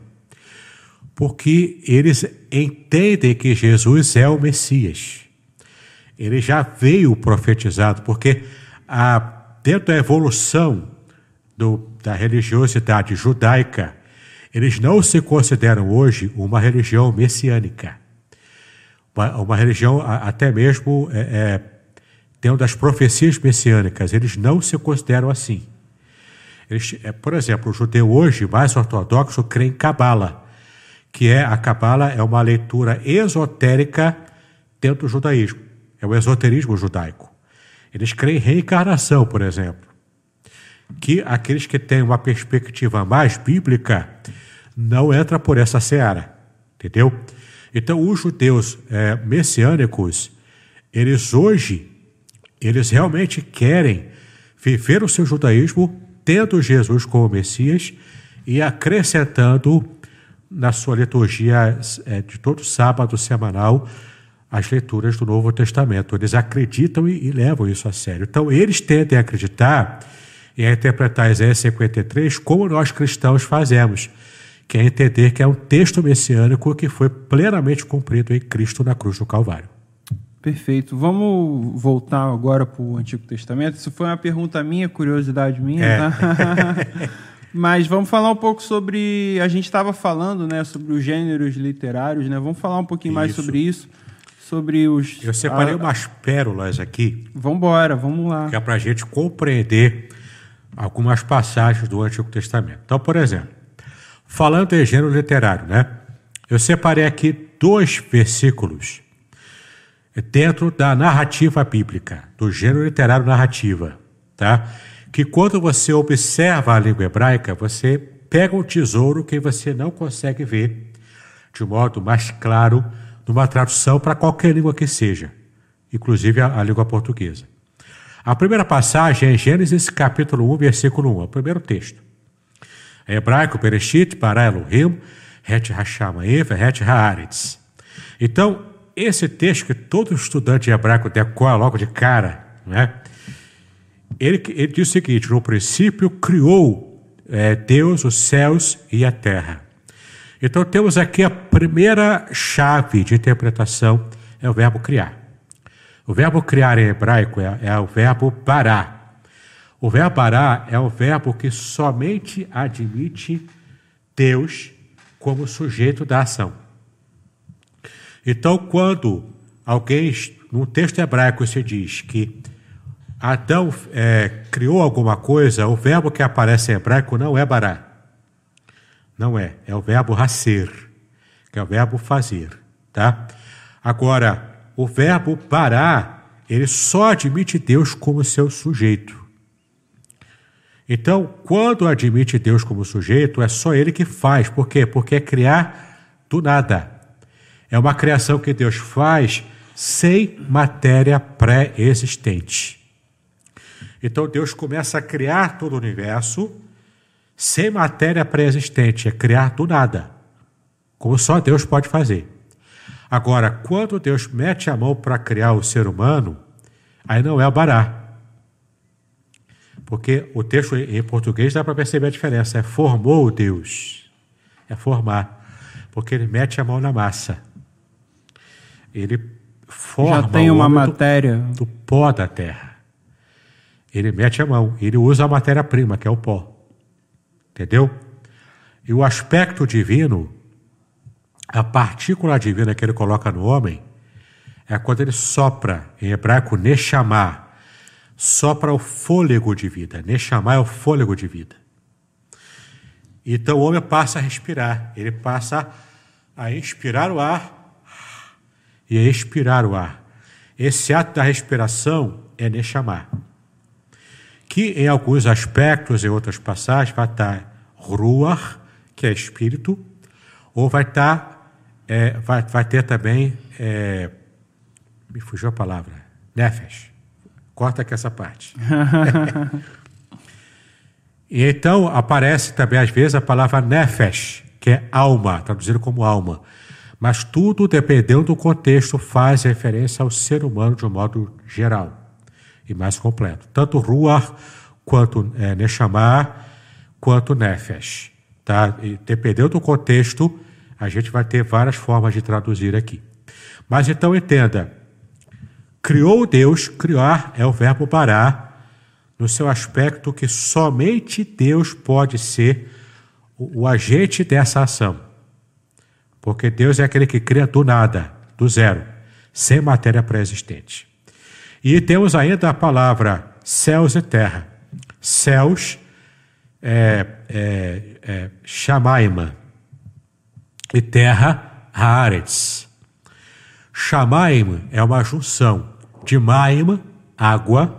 Porque eles entendem que Jesus é o Messias. Ele já veio profetizado, porque a, dentro da evolução do, da religiosidade judaica, eles não se consideram hoje uma religião messiânica. Uma, uma religião até mesmo é, é, dentro das profecias messiânicas, eles não se consideram assim. Eles, é, por exemplo, o judeu hoje mais ortodoxo crê em Cabala, que é a Cabala é uma leitura esotérica dentro do judaísmo. É o esoterismo judaico. Eles creem em reencarnação, por exemplo. Que aqueles que têm uma perspectiva mais bíblica não entram por essa seara. Entendeu? Então, os judeus é, messiânicos, eles hoje, eles realmente querem viver o seu judaísmo tendo Jesus como Messias e acrescentando na sua liturgia é, de todo sábado semanal as leituras do Novo Testamento. Eles acreditam e, e levam isso a sério. Então, eles tendem a acreditar e a interpretar Isaías cinquenta e três como nós cristãos fazemos, que é entender que é um texto messiânico que foi plenamente cumprido em Cristo na cruz do Calvário. Perfeito. Vamos voltar agora para o Antigo Testamento. Isso foi uma pergunta minha, curiosidade minha, é. tá? Mas vamos falar um pouco sobre... A gente estava falando, né, sobre os gêneros literários, né? Vamos falar um pouquinho isso. mais sobre isso. Sobre os... Eu separei a... umas pérolas aqui. Vamos embora, vamos lá. Que é para a gente compreender algumas passagens do Antigo Testamento. Então, por exemplo, falando em gênero literário, né? Eu separei aqui dois versículos dentro da narrativa bíblica, do gênero literário narrativa, tá? Que quando você observa a língua hebraica, você pega um tesouro que você não consegue ver de modo mais claro numa tradução para qualquer língua que seja, inclusive a, a língua portuguesa. A primeira passagem é em Gênesis capítulo um, versículo um, é o primeiro texto. Em hebraico, Bereshit, bara Elohim, het hashamayim, het haaretz. Então, esse texto que todo estudante de hebraico decora logo de cara, né? Ele, ele diz o seguinte: no princípio criou é, Deus os céus e a terra. Então temos aqui a primeira chave de interpretação, é o verbo criar. O verbo criar em hebraico é, é o verbo bará. O verbo bará é um verbo que somente admite Deus como sujeito da ação. Então, quando alguém, num texto hebraico se diz que Adão é, criou alguma coisa, o verbo que aparece em hebraico não é bará. Não é, é o verbo haser, que é o verbo fazer, tá? Agora, o verbo bará, ele só admite Deus como seu sujeito. Então, quando admite Deus como sujeito, é só ele que faz. Por quê? Porque é criar do nada. É uma criação que Deus faz sem matéria pré-existente. Então, Deus começa a criar todo o universo sem matéria pré-existente, é criar do nada, como só Deus pode fazer. Agora, quando Deus mete a mão para criar o ser humano, aí não é o Bará. Porque o texto em português dá para perceber a diferença. É formou Deus. É formar. Porque ele mete a mão na massa. Ele forma Já tem uma matéria do, do pó da terra. Ele mete a mão. Ele usa a matéria-prima, que é o pó. Entendeu? E o aspecto divino, a partícula divina que ele coloca no homem, é quando ele sopra, em hebraico, Neshama, sopra o fôlego de vida. Neshama é o fôlego de vida. Então o homem passa a respirar, ele passa a inspirar o ar e a expirar o ar. Esse ato da respiração é Neshama, que em alguns aspectos, em outras passagens, vai estar Ruach, que é espírito, ou vai estar, é, vai, vai ter também, é, me fugiu a palavra, Nefesh. Corta aqui essa parte. E então aparece também às vezes a palavra Nefesh, que é alma, traduzido como alma. Mas tudo, dependendo do contexto, faz referência ao ser humano de um modo geral e mais completo. Tanto Ruach, quanto é, Neshama, quanto Nefesh. Tá? E dependendo do contexto, a gente vai ter várias formas de traduzir aqui. Mas então entenda, criou Deus, criar é o verbo bará, no seu aspecto que somente Deus pode ser o, o agente dessa ação. Porque Deus é aquele que cria do nada, do zero, sem matéria pré-existente. E temos ainda a palavra céus e terra. Céus é, é, é Shamaima e terra Haaretz. Shamaim é uma junção de Maim, água,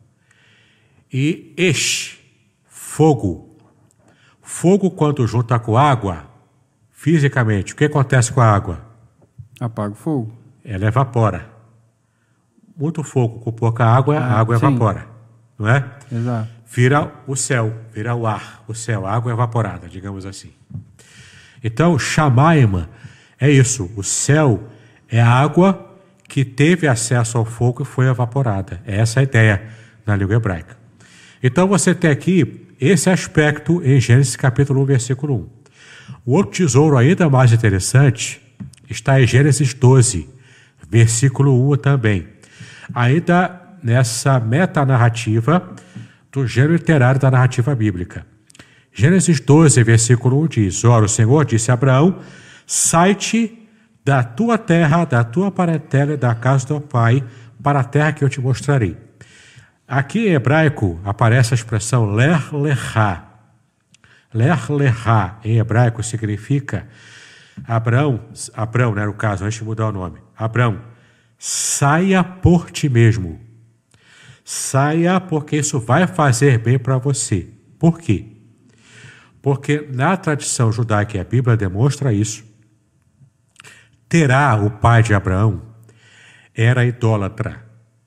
e Esh, fogo. Fogo, quando junta com água, fisicamente, o que acontece com a água? Apaga o fogo. Ela evapora. Muito fogo com pouca água, ah, a água sim. evapora. Não é? Exato. Vira o céu, vira o ar, o céu, a água evaporada, digamos assim. Então, Shamaim é isso, o céu é a água que teve acesso ao fogo e foi evaporada. É essa a ideia na língua hebraica. Então você tem aqui esse aspecto em Gênesis capítulo um, versículo um. O outro tesouro ainda mais interessante está em Gênesis doze, versículo um também. Ainda nessa metanarrativa do gênero literário da narrativa bíblica. Gênesis doze, versículo um diz: Ora, o Senhor disse a Abraão: sai-te da tua terra, da tua parentela e da casa do teu pai, para a terra que eu te mostrarei. Aqui em hebraico aparece a expressão ler lechá. Ler lechá em hebraico significa Abraão, Abraão, não era o caso, antes de mudar o nome. Abraão, saia por ti mesmo. Saia porque isso vai fazer bem para você. Por quê? Porque na tradição judaica, e a Bíblia demonstra isso, Terá, o pai de Abraão, era idólatra.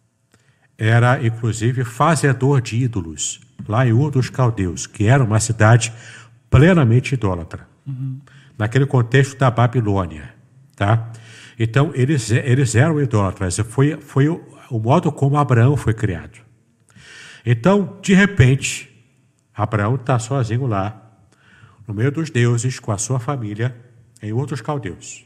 Era, inclusive, fazedor de ídolos, lá em Ur dos Caldeus, que era uma cidade plenamente idólatra. Uhum. Naquele contexto da Babilônia. Tá? Então, eles, eles eram idólatras. Foi, foi o, o modo como Abraão foi criado. Então, de repente, Abraão está sozinho lá, no meio dos deuses, com a sua família, em Ur dos Caldeus.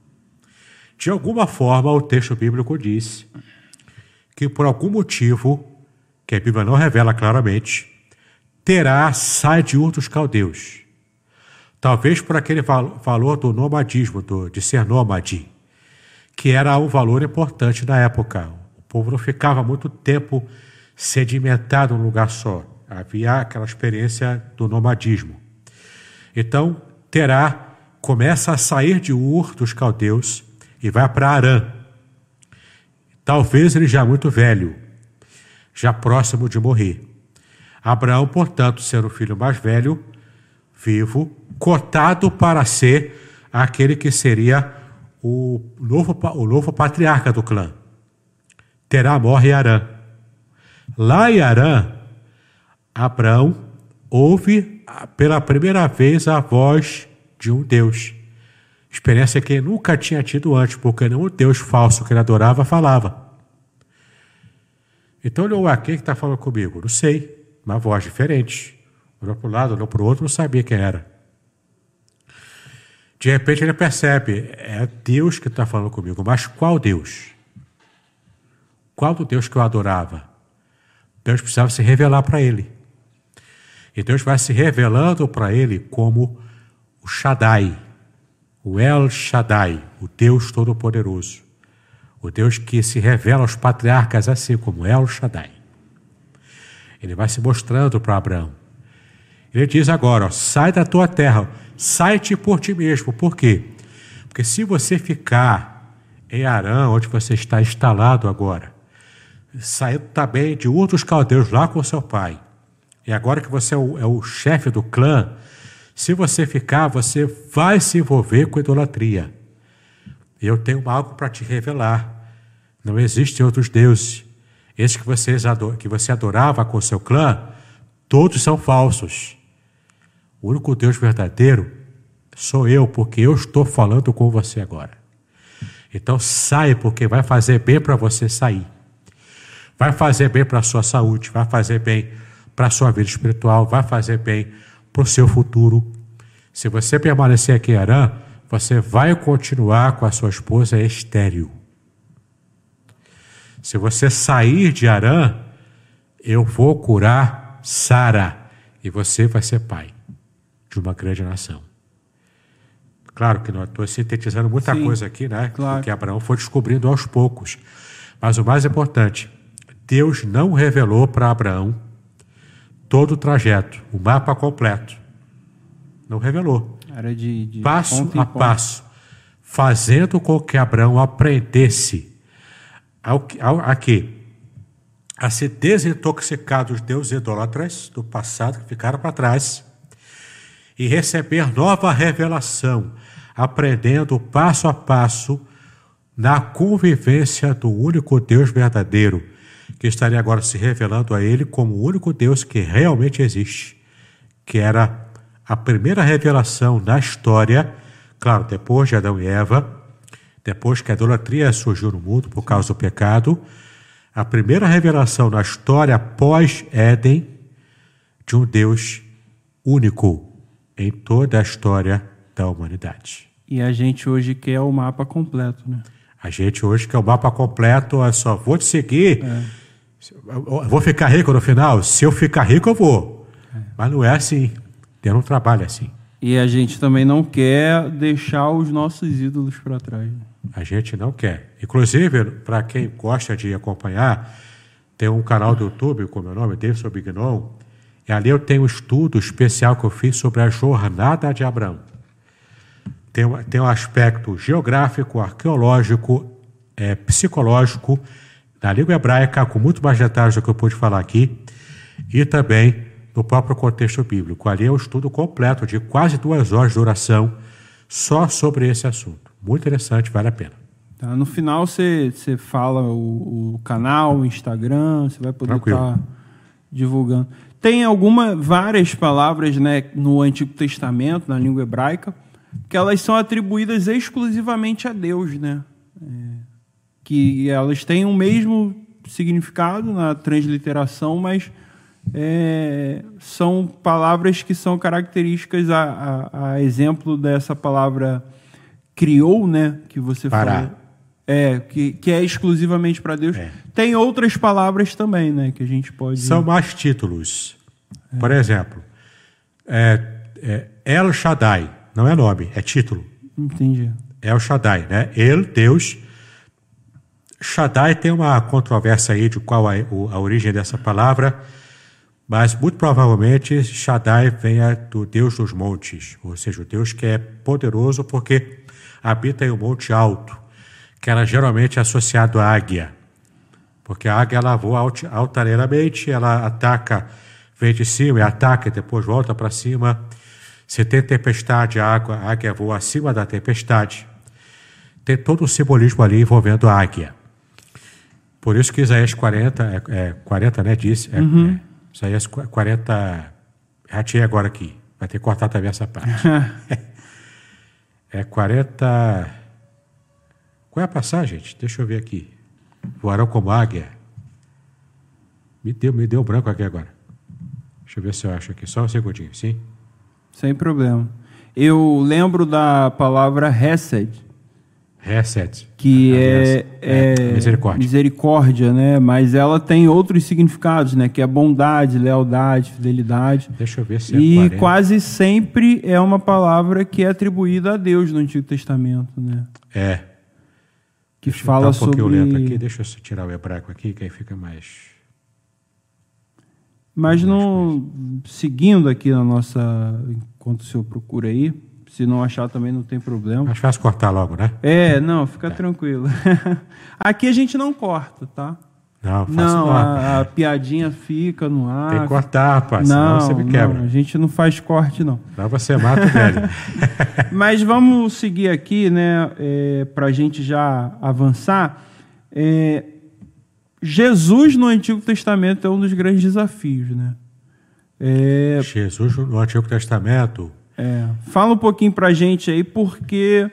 De alguma forma, o texto bíblico diz que, por algum motivo, que a Bíblia não revela claramente, Terá sai de Ur dos Caldeus. Talvez por aquele val- valor do nomadismo, do, de ser nômade, que era um valor importante na época. O povo não ficava muito tempo sedimentado num lugar só. Havia aquela experiência do nomadismo. Então, Terá começa a sair de Ur dos Caldeus e vai para Arã. Talvez ele já muito velho, já próximo de morrer. Abraão, portanto, sendo o filho mais velho, vivo, cotado para ser aquele que seria o novo, o novo patriarca do clã. Terá morre em Arã. Lá em Arã, Abraão ouve pela primeira vez a voz de um Deus, Experiência que nunca tinha tido antes, porque nenhum Deus falso que ele adorava falava. Então ele olhou, ah, quem está falando comigo? Não sei, uma voz diferente. Olhou para um lado, olhou para o outro, não sabia quem era. De repente ele percebe, é Deus que está falando comigo, mas qual Deus? Qual do Deus que eu adorava? Deus precisava se revelar para ele. E Deus vai se revelando para ele como o Shaddai, o El Shaddai, o Deus Todo-Poderoso. O Deus que se revela aos patriarcas assim, como El Shaddai. Ele vai se mostrando para Abraão. Ele diz agora, ó, sai da tua terra, sai-te por ti mesmo. Por quê? Porque se você ficar em Harã, onde você está instalado agora, saindo também de Ur dos Caldeus lá com seu pai, e agora que você é o, é o chefe do clã, se você ficar, você vai se envolver com idolatria. Eu tenho algo para te revelar. Não existem outros deuses. Esses que, vocês ador, que você adorava com seu clã, todos são falsos. O único Deus verdadeiro sou eu, porque eu estou falando com você agora. Então sai, porque vai fazer bem para você sair. Vai fazer bem para a sua saúde, vai fazer bem para a sua vida espiritual, vai fazer bem para o seu futuro. Se você permanecer aqui em Harã, você vai continuar com a sua esposa estéril. Se você sair de Harã, eu vou curar Sara e você vai ser pai de uma grande nação. Claro que não estou sintetizando muita Sim, coisa aqui, né? Claro. Que Abraão foi descobrindo aos poucos. Mas o mais importante, Deus não revelou para Abraão todo o trajeto, o mapa completo. Não revelou. Era de, de passo a passo, fazendo com que Abraão aprendesse ao, ao, a quê? A se desintoxicar dos deuses idólatras do passado que ficaram para trás e receber nova revelação, aprendendo passo a passo na convivência do único Deus verdadeiro, que estaria agora se revelando a ele como o único Deus que realmente existe, que era a primeira revelação na história, claro, depois de Adão e Eva, depois que a idolatria surgiu no mundo por causa do pecado, a primeira revelação na história pós-Éden de um Deus único em toda a história da humanidade. E a gente hoje quer o mapa completo, né? A gente hoje quer o mapa completo, eu só vou te seguir, é. eu vou ficar rico no final? Se eu ficar rico, eu vou. É. Mas não é assim. Eu não trabalho assim. E a gente também não quer deixar os nossos ídolos para trás. A gente não quer. Inclusive, para quem gosta de acompanhar, tem um canal do YouTube com o meu nome, Davidson Bignon, e ali eu tenho um estudo especial que eu fiz sobre a jornada de Abraão. Tem, tem um aspecto geográfico, arqueológico, é, psicológico, na língua hebraica, com muito mais detalhes do que eu pude falar aqui, e também no próprio contexto bíblico. Ali é um estudo completo de quase duas horas de oração só sobre esse assunto. Muito interessante, vale a pena. Tá, no final você fala o, o canal, o Instagram, você vai poder estar divulgando. Tem alguma, várias palavras, né, no Antigo Testamento, na língua hebraica, que elas são atribuídas exclusivamente a Deus, né? É, que elas têm o mesmo significado na transliteração, mas É, são palavras que são características a, a, a exemplo dessa palavra criou, né, que você Pará. falou, é, que, que é exclusivamente para Deus. É. Tem outras palavras também, né, que a gente pode... São mais títulos. É. Por exemplo, é, é El Shaddai, não é nome, é título. Entendi. El Shaddai, né? El, Deus. Shaddai tem uma controvérsia aí de qual a, a origem dessa palavra, mas muito provavelmente Shaddai venha do Deus dos montes, ou seja, o Deus que é poderoso porque habita em um monte alto, que era geralmente associado à águia, porque a águia ela voa alt, altaneiramente, ela ataca, vem de cima e ataca e depois volta para cima. Se tem tempestade, a, água, a águia voa acima da tempestade. Tem todo o simbolismo ali envolvendo a águia. Por isso que Isaías quarenta, é, é, quarenta, né, disse... É, uhum. é, Isaías quarenta, ratei agora aqui, vai ter que cortar também essa parte. É quarenta... Qual é a passagem, gente? Deixa eu ver aqui. Voarão como águia. Me deu, me deu branco aqui agora. Deixa eu ver se eu acho aqui. Só um segundinho, sim? Sem problema. Eu lembro da palavra Hesed. Hesed. Que é, é, é misericórdia. misericórdia, né? Mas ela tem outros significados, né? Que é bondade, lealdade, fidelidade. Deixa eu ver se é E quarenta. quase sempre é uma palavra que é atribuída a Deus no Antigo Testamento, né? É. Que Deixa fala eu um sobre... pouquinho lento aqui. Deixa eu tirar o hebraico aqui, que aí fica mais... Mas no, seguindo aqui na nossa... Enquanto o senhor procura aí, se não achar também não tem problema. Mais fácil cortar logo, né? É, não, fica é. tranquilo. Aqui a gente não corta, tá? Não, faço não. não. A, a piadinha fica no ar. Tem que cortar, rapaz, não, senão você me quebra. Não, a gente não faz corte, não. Não, você mata o velho. Mas vamos seguir aqui, né, é, para a gente já avançar. É, Jesus no Antigo Testamento é um dos grandes desafios, né? É, Jesus no Antigo Testamento. É, fala um pouquinho para a gente aí, porque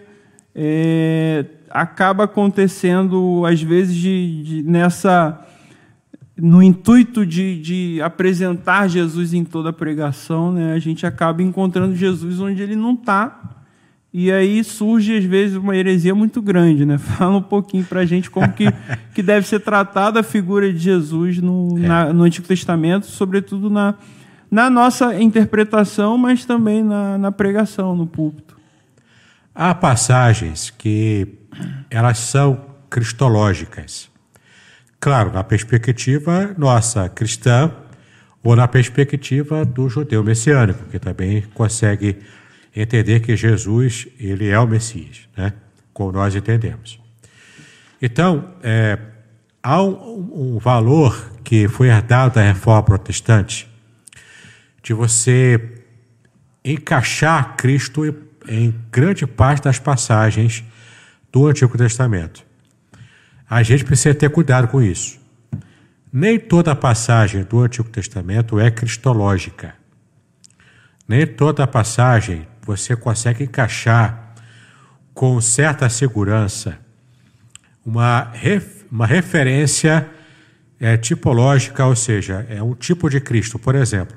é, acaba acontecendo, às vezes, de, de, nessa, no intuito de, de apresentar Jesus em toda a pregação, né, a gente acaba encontrando Jesus onde ele não está, e aí surge, às vezes, uma heresia muito grande. Né? Fala um pouquinho para a gente como que, que deve ser tratada a figura de Jesus no, é. na, no Antigo Testamento, sobretudo na... na nossa interpretação, mas também na, na pregação, no púlpito. Há passagens que elas são cristológicas. Claro, na perspectiva nossa cristã ou na perspectiva do judeu messiânico, que também consegue entender que Jesus ele é o Messias, né? Como nós entendemos. Então, é, há um, um valor que foi herdado da Reforma Protestante de você encaixar Cristo em grande parte das passagens do Antigo Testamento. A gente precisa ter cuidado com isso. Nem toda passagem do Antigo Testamento é cristológica. Nem toda passagem você consegue encaixar com certa segurança uma, ref, uma referência é, tipológica, ou seja, é um tipo de Cristo. Por exemplo,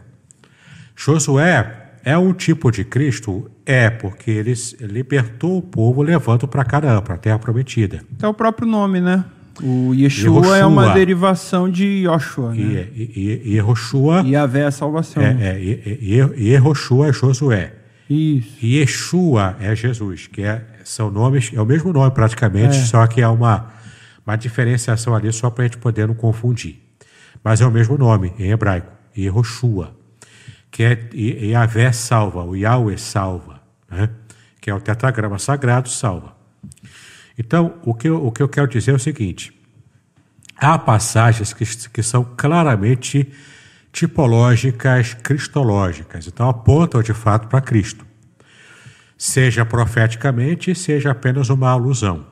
Josué é um tipo de Cristo? É, porque ele libertou o povo levando para Canaã, para a Terra Prometida. É o próprio nome, né? O Yeshua, Yeshua é uma derivação de Yoshua, né? E, e, e Yehoshua... Yahvé é a salvação. É, é, e, e, Yehoshua é Josué. Isso. E Yeshua é Jesus, que é, são nomes, é o mesmo nome praticamente, é. Só que há uma, uma diferenciação ali só para a gente poder não confundir. Mas é o mesmo nome em hebraico, Yehoshua, que é Yahvé salva, o Yahweh salva, né? Que é o tetragrama sagrado salva. Então, o que, eu, o que eu quero dizer é o seguinte: há passagens que, que são claramente tipológicas, cristológicas, então apontam de fato para Cristo, seja profeticamente, seja apenas uma alusão.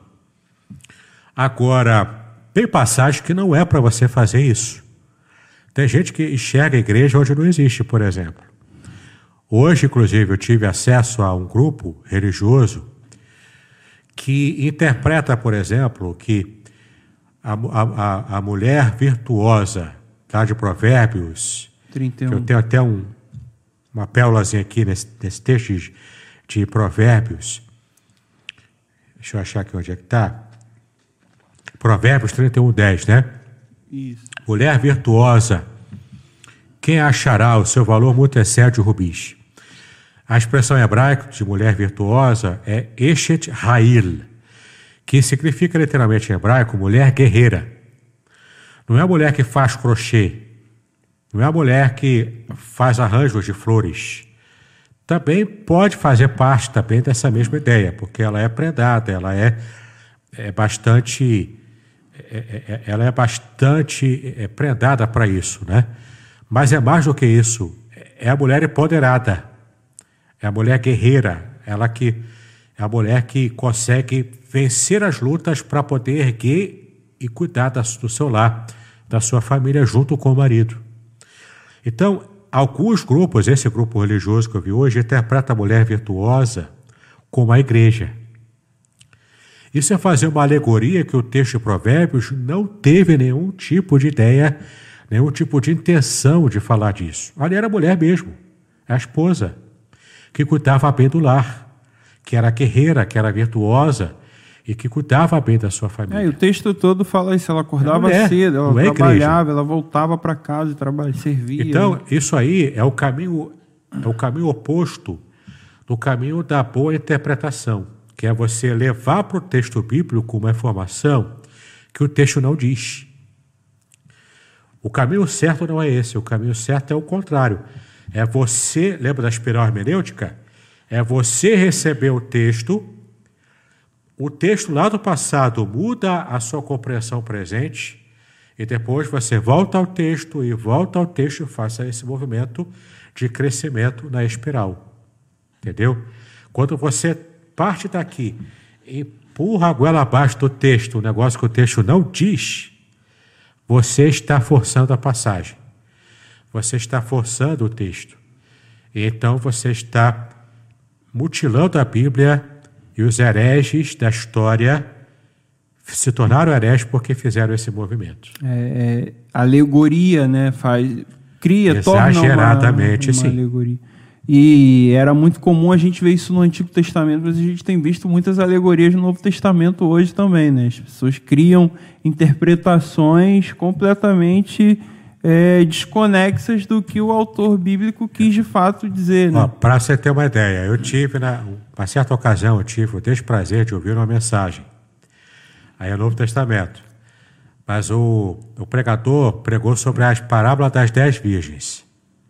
Agora, tem passagem que não é para você fazer isso. Tem gente que enxerga a igreja onde não existe, por exemplo. Hoje, inclusive, eu tive acesso a um grupo religioso que interpreta, por exemplo, que a, a, a mulher virtuosa, tá, de Provérbios, trinta e um. Que eu tenho até um, uma pérola aqui nesse, nesse texto de, de Provérbios. Deixa eu achar aqui onde é que está. Provérbios trinta e um, dez, né? Isso. Mulher virtuosa, quem achará? O seu valor muito excede o rubis. A expressão hebraica de mulher virtuosa é Eshet Ha'il, que significa literalmente em hebraico mulher guerreira. Não é a mulher que faz crochê, não é a mulher que faz arranjos de flores. Também pode fazer parte também dessa mesma ideia, porque ela é predada, ela é, é bastante, é, é, ela é bastante é, predada para isso, né? Mas é mais do que isso, é a mulher empoderada. É a mulher guerreira, ela que é a mulher que consegue vencer as lutas para poder erguer e cuidar do seu lar, da sua família, junto com o marido. Então, alguns grupos, esse grupo religioso que eu vi hoje, interpreta a mulher virtuosa como a igreja. Isso é fazer uma alegoria que o texto de Provérbios não teve nenhum tipo de ideia, nenhum tipo de intenção de falar disso. Ali era a mulher mesmo, a esposa, que cuidava bem do lar, que era guerreira, que era virtuosa e que cuidava bem da sua família. É, e o texto todo fala isso, ela acordava mulher, cedo, ela é trabalhava, ela voltava para casa e trabalhava, servia. Então, né? isso aí é o caminho, é o caminho oposto do caminho da boa interpretação, que é você levar para o texto bíblico uma informação que o texto não diz. O caminho certo não é esse, o caminho certo é o contrário. É você, lembra da espiral hermenêutica? É você receber o texto, o texto lá do passado muda a sua compreensão presente, e depois você volta ao texto e volta ao texto e faça esse movimento de crescimento na espiral. Entendeu? Quando você parte daqui e empurra a goela abaixo do texto, um negócio que o texto não diz, você está forçando a passagem. Você está forçando o texto. E então você está mutilando a Bíblia, e os hereges da história se tornaram hereges porque fizeram esse movimento. É, é, alegoria, né? Faz, cria, torna Exageradamente, uma, uma sim. alegoria. E era muito comum a gente ver isso no Antigo Testamento, mas a gente tem visto muitas alegorias no Novo Testamento hoje também, né? As pessoas criam interpretações completamente é, desconexas do que o autor bíblico quis de fato dizer, né? Para você ter uma ideia, eu tive, na, uma certa ocasião, eu tive o desprazer de ouvir uma mensagem. Aí é o Novo Testamento. Mas o, o pregador pregou sobre as parábolas das dez virgens.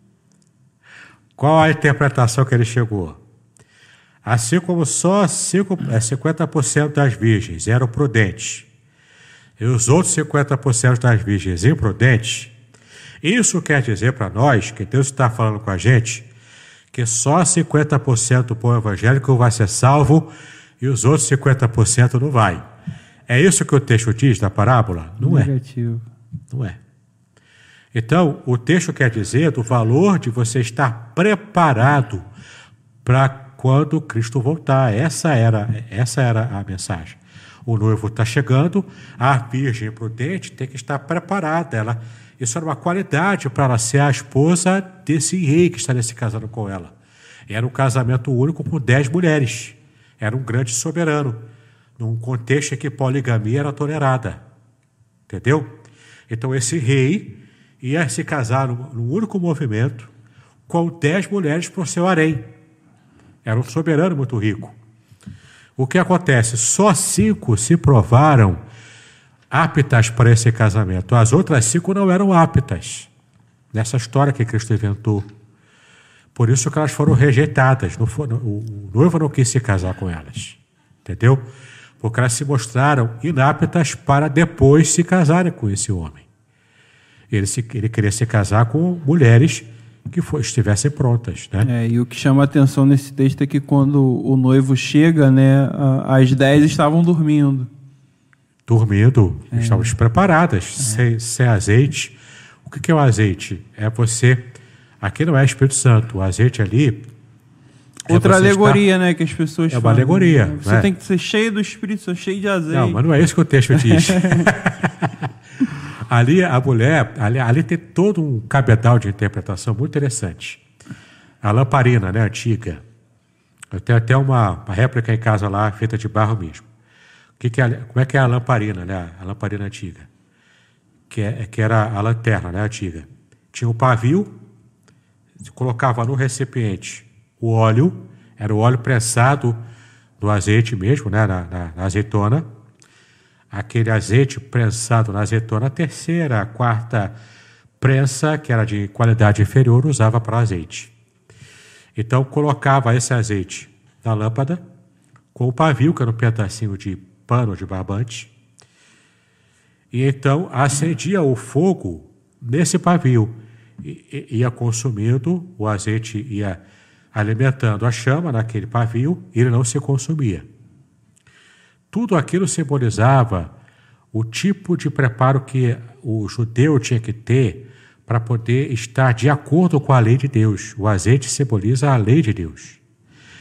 Qual a interpretação que ele chegou? Assim como só cinquenta por cento das virgens eram prudentes e os outros cinquenta por cento das virgens imprudentes, isso quer dizer para nós, que Deus está falando com a gente, que só cinquenta por cento do povo evangélico vai ser salvo e os outros cinquenta por cento não vai. É isso que o texto diz da parábola? Não Negativo. é. Não é. Então, o texto quer dizer do valor de você estar preparado para quando Cristo voltar. Essa era, essa era a mensagem. O noivo está chegando, a virgem prudente tem que estar preparada. Ela, isso era uma qualidade para ela ser a esposa desse rei que estaria se casando com ela. Era um casamento único com dez mulheres. Era um grande soberano, num contexto em que poligamia era tolerada. Entendeu? Então, esse rei ia se casar num, num único movimento com dez mulheres para o seu harém. Era um soberano muito rico. O que acontece? Só cinco se provaram aptas para esse casamento. As outras cinco não eram aptas nessa história que Cristo inventou. Por isso que elas foram rejeitadas. Não for, o noivo não quis se casar com elas. Entendeu? Porque elas se mostraram inaptas para depois se casarem com esse homem. Ele, se, ele queria se casar com mulheres que for, estivessem prontas, né? É, e o que chama a atenção nesse texto é que quando o noivo chega, né, as dez estavam dormindo. Dormindo, é. estavam despreparadas, é. sem, sem azeite. O que é o azeite? É você... Aqui não é Espírito Santo, o azeite ali... Outra é alegoria, estar, né, que as pessoas É uma falam, alegoria. Né? Você né? tem que ser cheio do Espírito Santo, cheio de azeite. Não, mas não é isso que o texto diz. Ali a mulher, ali, ali tem todo um cabedal de interpretação muito interessante. A lamparina, né, antiga. Eu tenho até uma, uma réplica em casa lá, feita de barro mesmo. O que que é, como é que é a lamparina, né, a lamparina antiga? Que, é, que era a lanterna, né, antiga. Tinha o pavio, se colocava no recipiente o óleo, era o óleo prensado do azeite mesmo, né, na, na, na azeitona. Aquele azeite prensado na azeitona, a terceira, a quarta prensa, que era de qualidade inferior, usava para azeite. Então, colocava esse azeite na lâmpada, com o pavio, que era um pedacinho de pano de barbante, e então acendia o fogo nesse pavio. E, ia consumindo, o azeite ia alimentando a chama naquele pavio, e ele não se consumia. Tudo aquilo simbolizava o tipo de preparo que o judeu tinha que ter para poder estar de acordo com a lei de Deus. O azeite simboliza a lei de Deus.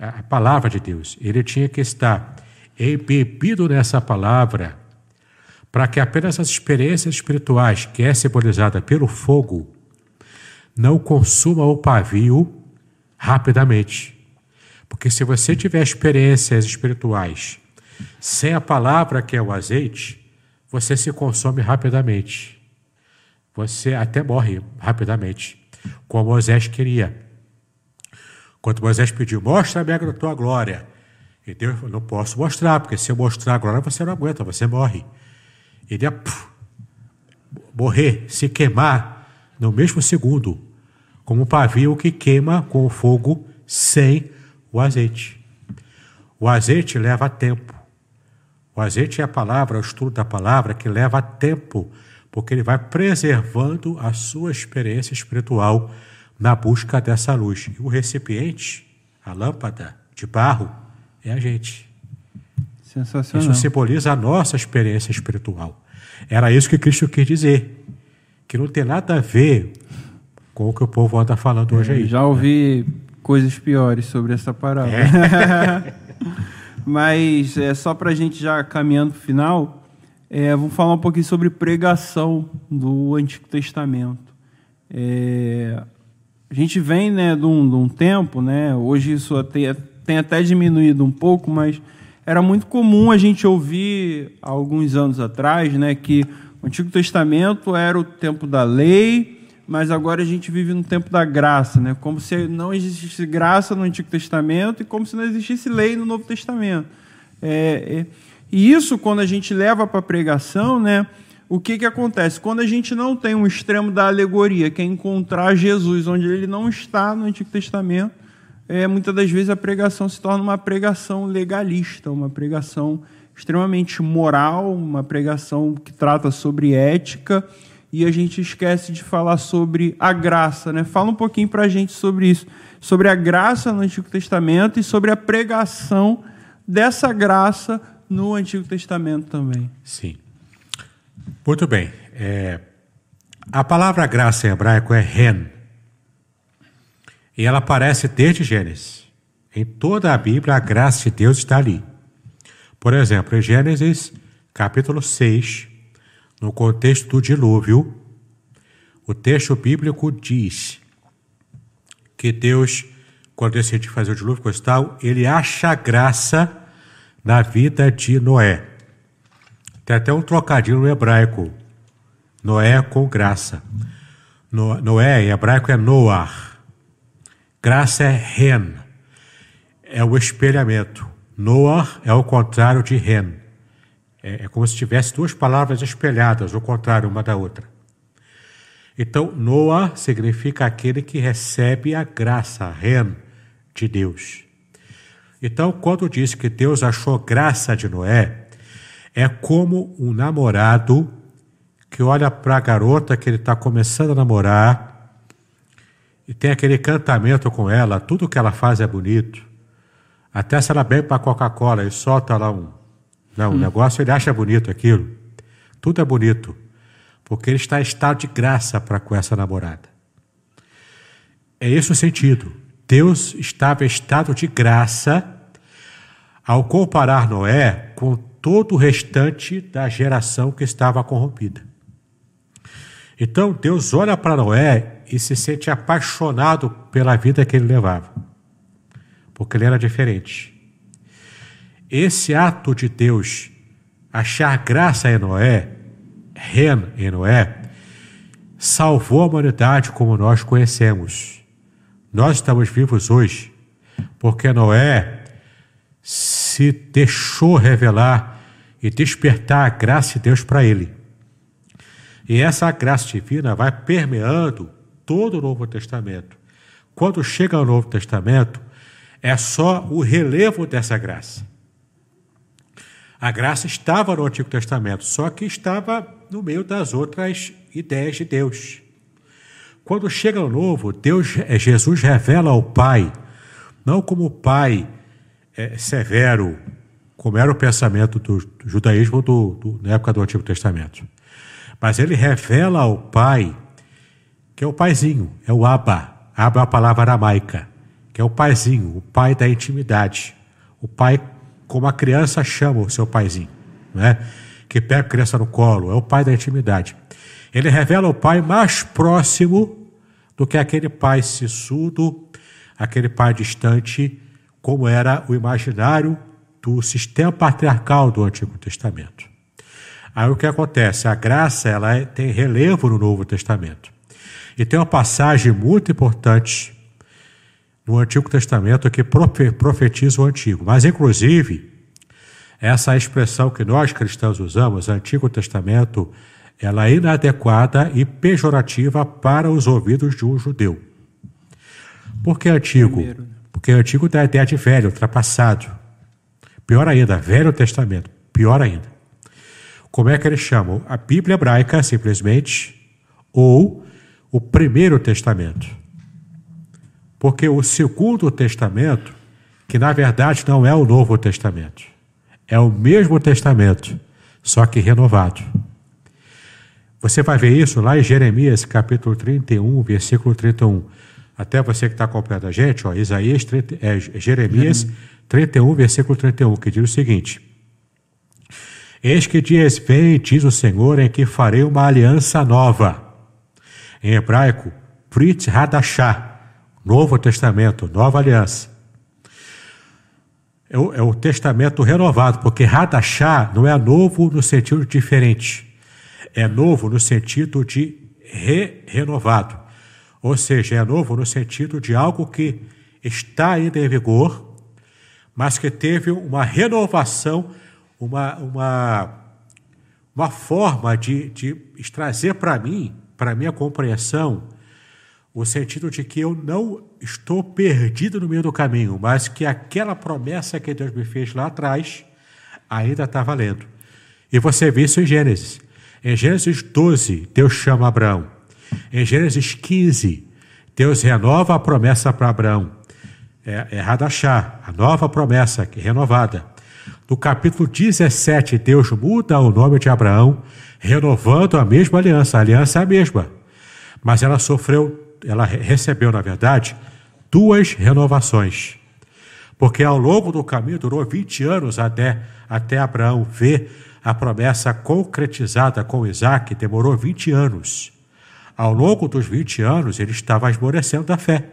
a palavra de Deus. Ele tinha que estar embebido nessa palavra para que apenas as experiências espirituais, que é simbolizada pelo fogo, não consuma o pavio rapidamente. Porque se você tiver experiências espirituais sem a palavra, que é o azeite, você se consome rapidamente. Você até morre rapidamente, como Moisés queria. Quando Moisés pediu, mostra-me a tua glória. E Deus falou, não posso mostrar, porque se eu mostrar a glória, você não aguenta, você morre. Ele ia puf, morrer, se queimar no mesmo segundo, como um pavio que queima com o fogo sem o azeite. O azeite leva tempo. O azeite é a palavra, o estudo da palavra, que leva tempo, porque ele vai preservando a sua experiência espiritual na busca dessa luz. E o recipiente, a lâmpada de barro, é a gente. Sensacional. Isso simboliza a nossa experiência espiritual. Era isso que Cristo quis dizer, que não tem nada a ver com o que o povo anda falando hoje aí. Já ouvi coisas piores sobre essa parábola. É. Mas é só para a gente já caminhando para o final, é, vamos falar um pouquinho sobre pregação do Antigo Testamento. É, a gente vem, né, de um, de um tempo, né, hoje isso até, tem até diminuído um pouco, mas era muito comum a gente ouvir, há alguns anos atrás, né, que o Antigo Testamento era o tempo da lei, mas agora a gente vive no tempo da graça, né? Como se não existisse graça no Antigo Testamento e como se não existisse lei no Novo Testamento. É, é, e isso, quando a gente leva para a pregação, né, o que, que acontece? Quando a gente não tem um extremo da alegoria, que é encontrar Jesus onde ele não está no Antigo Testamento, é, muitas das vezes a pregação se torna uma pregação legalista, uma pregação extremamente moral, uma pregação que trata sobre ética, e a gente esquece de falar sobre a graça, né? Fala um pouquinho para a gente sobre isso, sobre a graça no Antigo Testamento e sobre a pregação dessa graça no Antigo Testamento também. Sim. Muito bem. É, a palavra graça em hebraico é ren. E ela aparece desde Gênesis. Em toda a Bíblia, a graça de Deus está ali. Por exemplo, em Gênesis, capítulo seis, no contexto do dilúvio, o texto bíblico diz que Deus, quando decide fazer o dilúvio e tal, ele acha graça na vida de Noé. Tem até um trocadilho no hebraico, Noé com graça. No, Noé, em hebraico, é Noar. Graça é ren, é o espelhamento. Noar é o contrário de ren. É, é como se tivesse duas palavras espelhadas, o contrário uma da outra. Então, Noah significa aquele que recebe a graça, a ren, de Deus. Então, quando diz que Deus achou graça de Noé, é como um namorado que olha para a garota que ele está começando a namorar e tem aquele encantamento com ela, tudo que ela faz é bonito. Até se ela bebe para Coca-Cola e solta lá um Não, hum. o negócio ele acha bonito aquilo. Tudo é bonito. Porque ele está em estado de graça para com essa namorada. É esse o sentido. Deus estava em estado de graça ao comparar Noé com todo o restante da geração que estava corrompida. Então Deus olha para Noé e se sente apaixonado pela vida que ele levava. Porque ele era diferente. Esse ato de Deus achar graça em Noé, ren em Noé, salvou a humanidade como nós conhecemos. Nós estamos vivos hoje porque Noé se deixou revelar e despertar a graça de Deus para ele. E essa graça divina vai permeando todo o Novo Testamento. Quando chega ao Novo Testamento, é só o relevo dessa graça. A graça estava no Antigo Testamento, só que estava no meio das outras ideias de Deus. Quando chega no Novo, Deus, Jesus revela ao Pai, não como o Pai é, severo, como era o pensamento do, do judaísmo do, do, na época do Antigo Testamento, mas ele revela ao Pai, que é o Paizinho, é o Abba. Abba é a palavra aramaica, que é o paizinho, o pai da intimidade. O pai, como a criança chama o seu paizinho, né? Que pega a criança no colo, é o pai da intimidade. Ele revela o pai mais próximo do que aquele pai sisudo, aquele pai distante, como era o imaginário do sistema patriarcal do Antigo Testamento. Aí o que acontece? A graça ela é, tem relevo no Novo Testamento. E tem uma passagem muito importante no Antigo Testamento que profetiza o Antigo. Mas, inclusive, essa expressão que nós cristãos usamos, Antigo Testamento, ela é inadequada e pejorativa para os ouvidos de um judeu. Por que antigo? Primeiro. Porque antigo dá a ideia de velho, ultrapassado. Pior ainda, Velho Testamento, pior ainda. Como é que eles chamam? A Bíblia hebraica, simplesmente, ou o Primeiro Testamento. Porque o Segundo Testamento, que na verdade não é o Novo Testamento, é o mesmo Testamento, só que renovado. Você vai ver isso lá em Jeremias, capítulo trinta e um, versículo trinta e um. Até você que está acompanhando a gente, ó, Isaías, trinta, é, Jeremias trinta e um, versículo trinta e um, que diz o seguinte: eis que dias vem, diz o Senhor, em que farei uma aliança nova. Em hebraico, Brit Hadashah, Novo Testamento, nova aliança. É o, é o testamento renovado, porque Hadashah não é novo no sentido diferente. É novo no sentido de re, renovado. Ou seja, é novo no sentido de algo que está ainda em vigor, mas que teve uma renovação, uma, uma, uma forma de, de trazer para mim, para a minha compreensão, o sentido de que eu não estou perdido no meio do caminho, mas que aquela promessa que Deus me fez lá atrás ainda está valendo. E você vê isso em Gênesis. Em Gênesis doze, Deus chama Abraão. Em Gênesis quinze, Deus renova a promessa para Abraão. É, é Hadashah, a nova promessa renovada. No capítulo dezessete, Deus muda o nome de Abraão, renovando a mesma aliança. A aliança é a mesma, mas ela sofreu, ela recebeu, na verdade, duas renovações. Porque ao longo do caminho, durou vinte anos até, até Abraão ver a promessa concretizada com Isaac, demorou vinte anos. Ao longo dos vinte anos, ele estava esmorecendo da fé.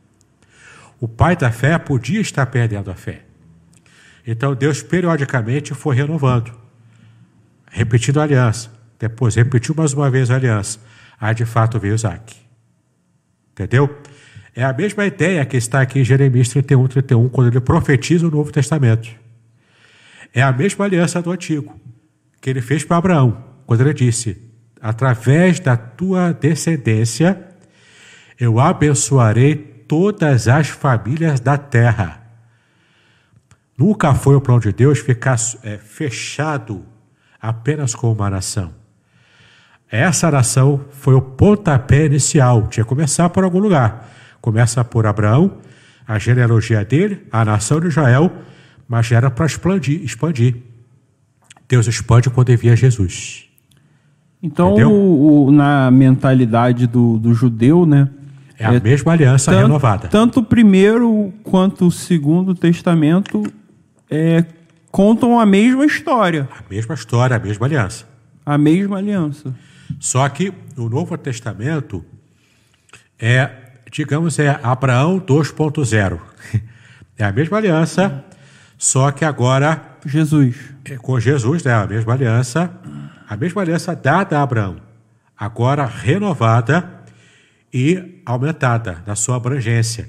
O pai da fé podia estar perdendo a fé. Então Deus periodicamente foi renovando, repetindo a aliança. Depois repetiu mais uma vez a aliança. Aí de fato veio Isaac. Entendeu? É a mesma ideia que está aqui em Jeremias trinta e um, trinta e um, quando ele profetiza o Novo Testamento. É a mesma aliança do Antigo, que ele fez para Abraão, quando ele disse: através da tua descendência, eu abençoarei todas as famílias da terra. Nunca foi o plano de Deus ficar é, fechado apenas com uma nação. Essa nação foi o pontapé inicial, tinha que começar por algum lugar. Começa por Abraão, a genealogia dele, a nação de Israel, mas era para expandir, expandir. Deus expande quando envia Jesus. Então, o, o, na mentalidade do, do judeu, né? É a é, mesma aliança tanto, renovada. Tanto o primeiro quanto o segundo testamento é, contam a mesma história. A mesma história, a mesma aliança. A mesma aliança. Só que o Novo Testamento é, digamos, é Abraão dois ponto zero. É a mesma aliança, só que agora... Jesus. É com Jesus, né? A mesma aliança, a mesma aliança dada a Abraão, agora renovada e aumentada na sua abrangência.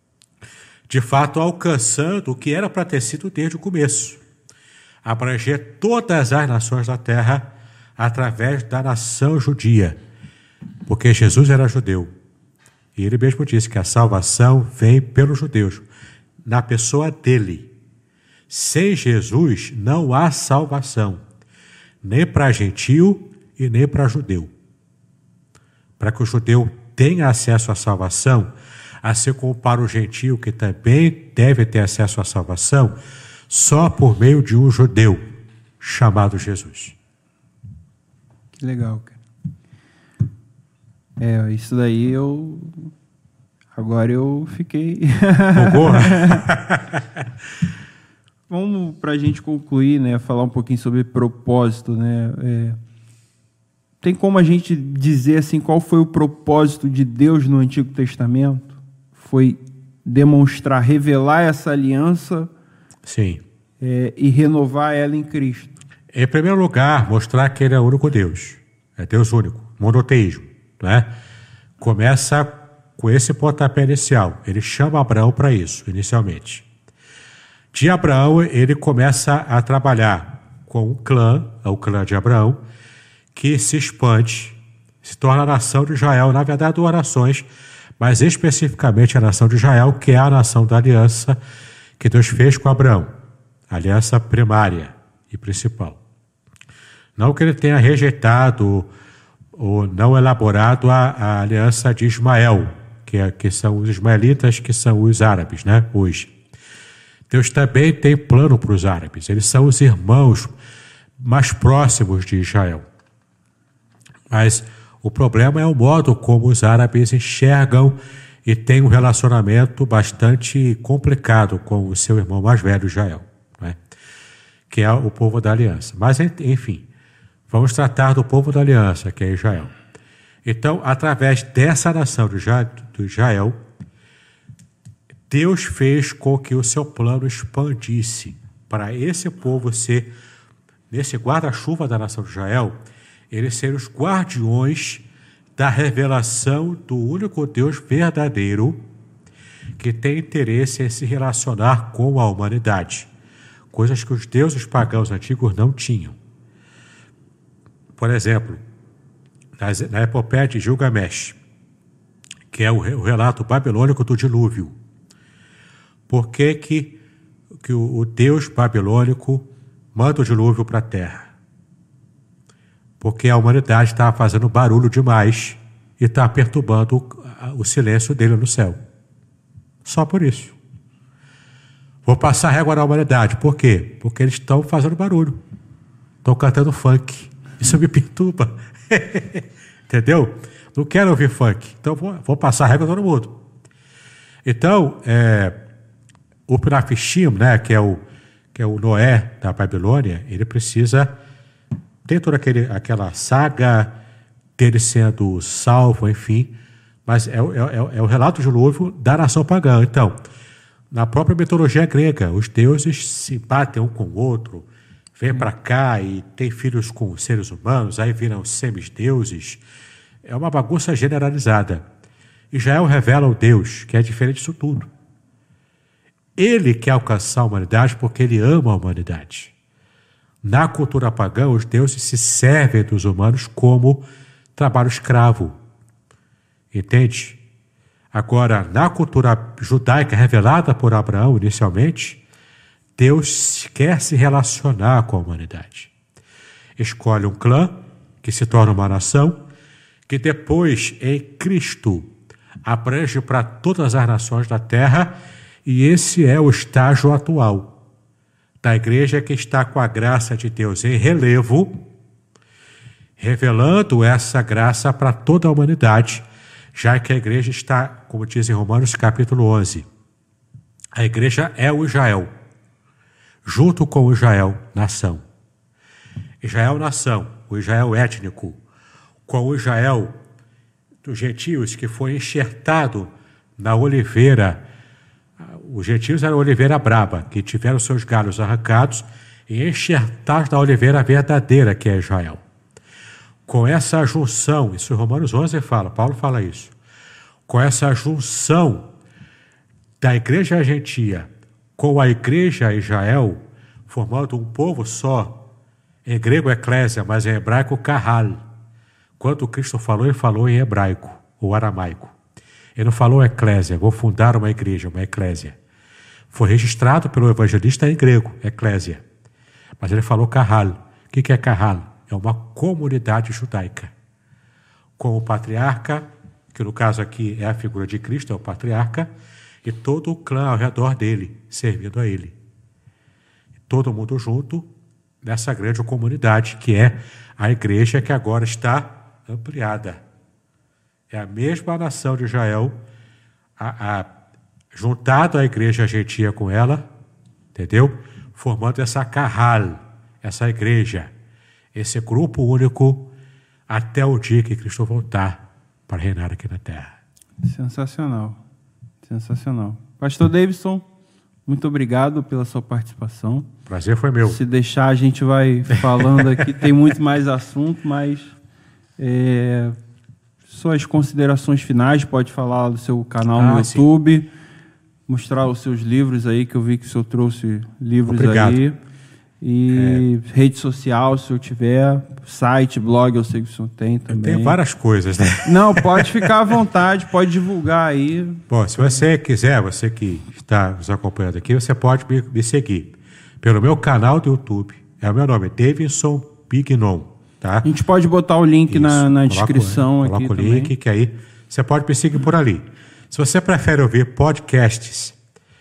De fato, alcançando o que era para ter sido desde o começo. Abranger todas as nações da terra através da nação judia. Porque Jesus era judeu. E ele mesmo disse que a salvação vem pelos judeus, na pessoa dele. Sem Jesus não há salvação, nem para gentio e nem para judeu. Para que o judeu tenha acesso à salvação, assim como para o gentio, que também deve ter acesso à salvação, só por meio de um judeu chamado Jesus. Que legal, cara. É, isso daí eu... Agora eu fiquei... Vamos, para a gente concluir, né, falar um pouquinho sobre propósito, né? É, tem como a gente dizer assim, qual foi o propósito de Deus no Antigo Testamento? Foi demonstrar, revelar essa aliança. Sim. É, e renovar ela em Cristo. Em primeiro lugar, mostrar que ele é o único Deus. É Deus único, monoteísmo, né? Começa com esse pontapé inicial. Ele chama Abraão para isso, inicialmente. De Abraão, ele começa a trabalhar com um clã, o clã de Abraão, que se expande, se torna a nação de Israel. Na verdade, duas nações, mas especificamente a nação de Israel, que é a nação da aliança que Deus fez com Abraão. A aliança primária e principal. Não que ele tenha rejeitado ou não elaborado a, a aliança de Ismael, que, é, que são os ismaelitas, que são os árabes, né, hoje. Deus também tem plano para os árabes. Eles são os irmãos mais próximos de Israel. Mas o problema é o modo como os árabes enxergam e têm um relacionamento bastante complicado com o seu irmão mais velho, Israel, né? Que é o povo da aliança. Mas, enfim, vamos tratar do povo da aliança, que é Israel. Então, através dessa nação de Israel, Deus fez com que o seu plano expandisse para esse povo ser, nesse guarda-chuva da nação de Israel, eles serem os guardiões da revelação do único Deus verdadeiro que tem interesse em se relacionar com a humanidade, coisas que os deuses pagãos antigos não tinham. Por exemplo, na epopeia de Gilgamesh, que é o relato babilônico do dilúvio, por que, que, que o, o Deus babilônico manda o dilúvio para a terra? Porque a humanidade estava fazendo barulho demais e está perturbando o, o silêncio dele no céu. Só por isso. Vou passar régua na humanidade. Por quê? Porque eles estão fazendo barulho. Estão cantando funk. Isso me perturba. Entendeu? Não quero ouvir funk. Então vou, vou passar régua a todo mundo. Então, é, o Pirafishim, né, que é o, que é o Noé da Babilônia, ele precisa ter toda aquele, aquela saga dele sendo salvo, enfim, mas é, é, é, é o relato de dilúvio da nação pagã. Então, na própria mitologia grega, os deuses se batem um com o outro, vêm para cá e têm filhos com seres humanos, aí viram semideuses. É uma bagunça generalizada. Israel revela o Deus, que é diferente disso tudo. Ele quer alcançar a humanidade porque ele ama a humanidade. Na cultura pagã, os deuses se servem dos humanos como trabalho escravo. Entende? Agora, na cultura judaica revelada por Abraão inicialmente, Deus quer se relacionar com a humanidade. Escolhe um clã que se torna uma nação, que depois, em Cristo, abrange para todas as nações da terra, e esse é o estágio atual da igreja, que está com a graça de Deus em relevo, revelando essa graça para toda a humanidade, já que a igreja está, como diz em Romanos capítulo onze, a igreja é o Israel, junto com o Israel, nação. Israel, nação, o Israel étnico, com o Israel dos gentios, que foi enxertado na oliveira. Os gentios eram a oliveira braba, que tiveram seus galhos arrancados e enxertados na oliveira verdadeira, que é Israel. Com essa junção, isso em Romanos onze fala, Paulo fala isso, com essa junção da igreja gentia com a igreja Israel, formando um povo só, em grego eclésia, mas em hebraico kahal. Quando Cristo falou, ele falou em hebraico ou aramaico. Ele não falou eclésia, vou fundar uma igreja, uma eclésia. Foi registrado pelo evangelista em grego, eclésia. Mas ele falou kahal. O que é kahal? É uma comunidade judaica. Com o patriarca, que no caso aqui é a figura de Cristo, é o patriarca, e todo o clã ao redor dele, servindo a ele. Todo mundo junto nessa grande comunidade, que é a igreja que agora está ampliada. É a mesma nação de Israel, a, a, juntado a igreja gentia com ela, entendeu? Formando essa Kahal, essa igreja, esse grupo único, até o dia que Cristo voltar para reinar aqui na terra. Sensacional, sensacional. Pastor Davidson, muito obrigado pela sua participação. Prazer foi meu. Se deixar, a gente vai falando aqui, tem muito mais assunto, mas é, suas considerações finais, pode falar do seu canal ah, no YouTube, sim. Mostrar os seus livros aí, que eu vi que o senhor trouxe livros Obrigado. Aí. E é. Rede social, se eu tiver, site, blog, eu sei que o senhor tem também. Tem várias coisas, né? Não, pode ficar à vontade, pode divulgar aí. Bom, se você quiser, você que está nos acompanhando aqui, você pode me, me seguir pelo meu canal do YouTube. É o meu nome, Davidson Pignon, tá? A gente pode botar o link Isso. na, na descrição coloca, aqui coloca também. o link, que aí você pode me seguir por ali. Se você prefere ouvir podcasts,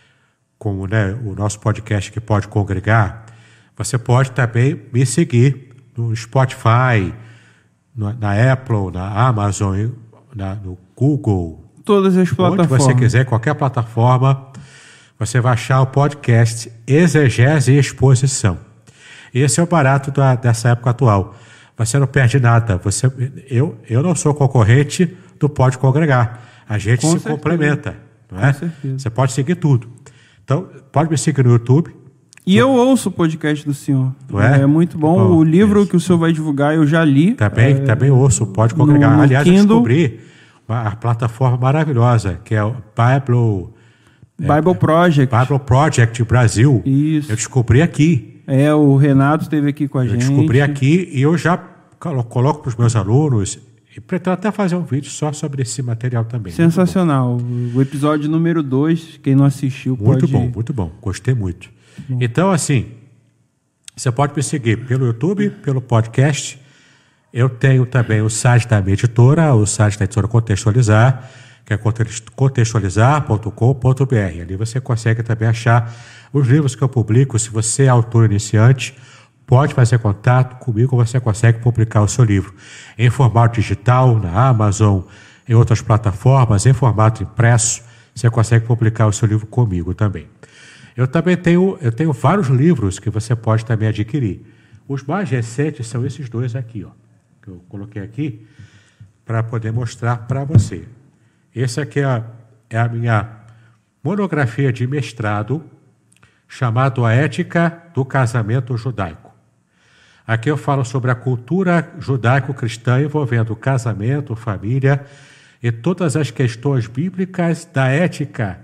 como né, o nosso podcast que pode congregar, você pode também me seguir no Spotify, no, na Apple, na Amazon, na, no Google. Todas as plataformas. Onde você quiser, qualquer plataforma, você vai achar o podcast Exegese e Exposição. Esse é o barato da, dessa época atual. Você não perde nada. Você, eu, eu não sou concorrente do Pode Congregar. A gente Com se certeza. complementa. Não é? Você pode seguir tudo. Então, pode me seguir no YouTube. E eu ouço o podcast do senhor. É? é muito bom. bom o livro isso. que o senhor vai divulgar, eu já li. Também, é, também ouço, Pode Congregar. No, no Aliás, Kindle. eu descobri uma plataforma maravilhosa, que é o Bible... Bible é, Project. Bible Project Brasil. Isso. Eu descobri aqui. É, o Renato esteve aqui com a eu gente. Eu descobri aqui e eu já coloco para os meus alunos e pretendo até fazer um vídeo só sobre esse material também. Sensacional. O episódio número dois, quem não assistiu muito pode... Muito bom, muito bom. Gostei muito. Bom. Então, assim, você pode me seguir pelo YouTube, pelo podcast. Eu tenho também o site da minha editora, o site da editora Contextualizar, que é contextualizar ponto com ponto b r. Ali você consegue também achar os livros que eu publico. Se você é autor iniciante, pode fazer contato comigo, você consegue publicar o seu livro em formato digital, na Amazon, em outras plataformas, em formato impresso. Você consegue publicar o seu livro comigo também. Eu também tenho, eu tenho vários livros que você pode também adquirir. Os mais recentes são esses dois aqui, ó, que eu coloquei aqui para poder mostrar para você. Esse aqui é a, é a minha monografia de mestrado, chamado A Ética do Casamento Judaico. Aqui eu falo sobre a cultura judaico-cristã envolvendo casamento, família e todas as questões bíblicas da ética,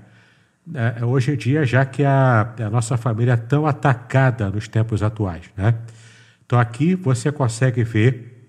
né, hoje em dia, já que a, a nossa família é tão atacada nos tempos atuais, né? Então aqui você consegue ver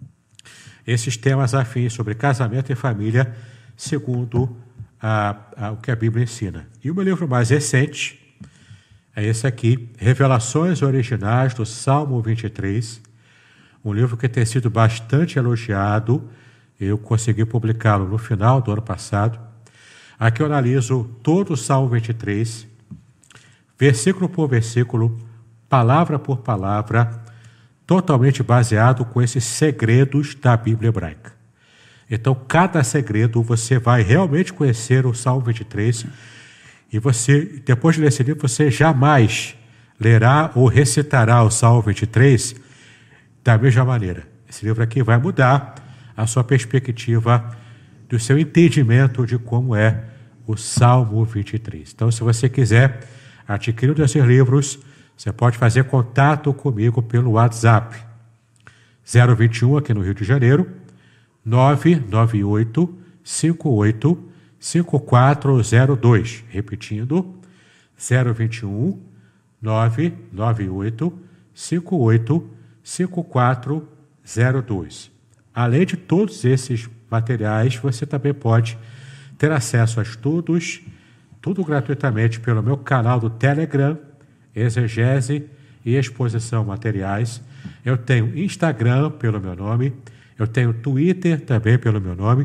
esses temas afins sobre casamento e família, segundo a, a, o que a Bíblia ensina. E o meu livro mais recente é esse aqui, Revelações Originais do Salmo vinte e três, um livro que tem sido bastante elogiado. Eu consegui publicá-lo no final do ano passado. Aqui eu analiso todo o Salmo vinte e três, versículo por versículo, palavra por palavra, totalmente baseado com esses segredos da Bíblia hebraica. Então, cada segredo você vai realmente conhecer o Salmo vinte e três, e você, depois de ler esse livro, você jamais lerá ou recitará o Salmo vinte e três da mesma maneira. Esse livro aqui vai mudar a sua perspectiva, do seu entendimento de como é o Salmo vinte e três. Então, se você quiser adquirir um desses livros, você pode fazer contato comigo pelo WhatsApp. zero vinte e um, aqui no Rio de Janeiro, nove nove oito, cinco oito, cinco quatro zero dois. Repetindo, zero vinte e um, nove nove oito, cinco oito, cinco quatro zero dois. Além de todos esses materiais, você também pode ter acesso a estudos, tudo gratuitamente pelo meu canal do Telegram, Exegese e Exposição Materiais. Eu tenho Instagram pelo meu nome, eu tenho Twitter também pelo meu nome,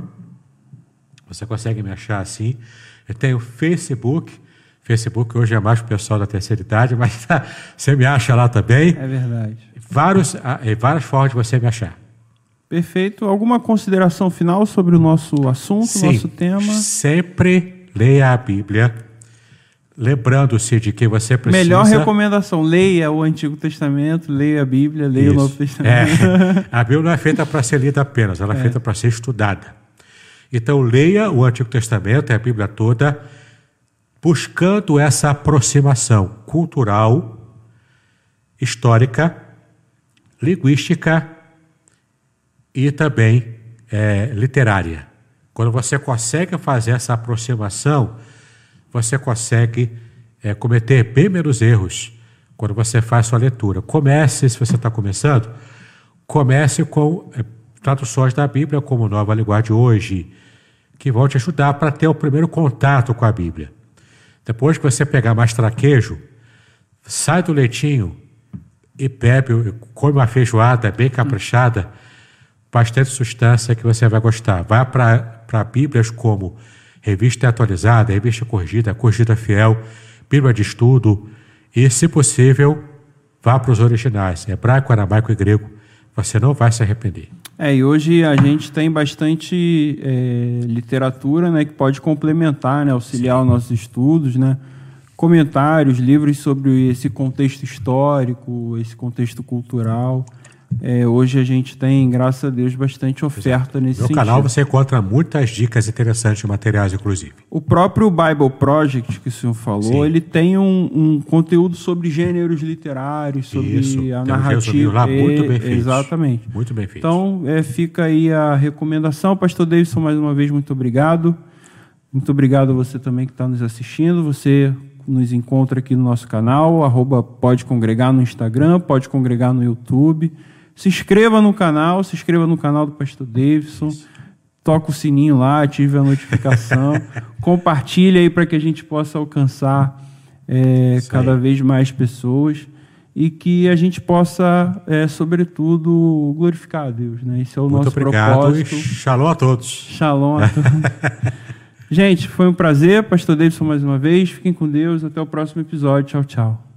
você consegue me achar assim. Eu tenho Facebook, Facebook hoje é mais para o pessoal da terceira idade, mas tá, você me acha lá também. É verdade. Vários, várias formas de você me achar. Perfeito. Alguma consideração final sobre o nosso assunto, Sim, nosso tema? Sempre leia a Bíblia, lembrando-se de que você precisa... Melhor recomendação, leia o Antigo Testamento, leia a Bíblia, leia Isso. o Novo Testamento. É, a Bíblia não é feita para ser lida apenas, ela é, é feita para ser estudada. Então, leia o Antigo Testamento, a Bíblia toda, buscando essa aproximação cultural, histórica, linguística e também é, literária. Quando você consegue fazer essa aproximação, você consegue é, cometer bem menos erros quando você faz sua leitura. Comece, se você está começando, comece com é, traduções da Bíblia, como Nova Linguagem de Hoje, que vão te ajudar para ter o primeiro contato com a Bíblia. Depois que você pegar mais traquejo, sai do leitinho e bebe, come uma feijoada bem caprichada, bastante substância que você vai gostar. Vá para Bíblias como Revista Atualizada, Revista Corrigida, Corrigida Fiel, Bíblia de Estudo e, se possível, vá para os originais, hebraico, aramaico e grego. Você não vai se arrepender. É, e hoje a gente tem bastante é, literatura, né, que pode complementar, né, auxiliar Sim. os nossos estudos, né? Comentários, livros sobre esse contexto histórico, esse contexto cultural. É, hoje a gente tem, graças a Deus, bastante oferta nesse sentido. No canal você encontra muitas dicas interessantes de materiais, inclusive. O próprio Bible Project, que o senhor falou, Sim. ele tem um, um conteúdo sobre gêneros literários, sobre Isso, a tem narrativa. Um lá muito bem feito. Exatamente. Muito bem feito. Então, é, fica aí a recomendação. Pastor Davidson, mais uma vez, muito obrigado. Muito obrigado a você também que está nos assistindo. Você nos encontra aqui no nosso canal, arroba Pode Congregar no Instagram, Pode Congregar no YouTube. Se inscreva no canal, se inscreva no canal do Pastor Davidson, toca o sininho lá, ative a notificação, compartilhe aí para que a gente possa alcançar é, cada vez mais pessoas e que a gente possa, é, sobretudo, glorificar a Deus, né? Esse é o Muito nosso obrigado propósito. E shalom a todos. Shalom a todos. Gente, foi um prazer, Pastor Davidson, mais uma vez. Fiquem com Deus. Até o próximo episódio. Tchau, tchau.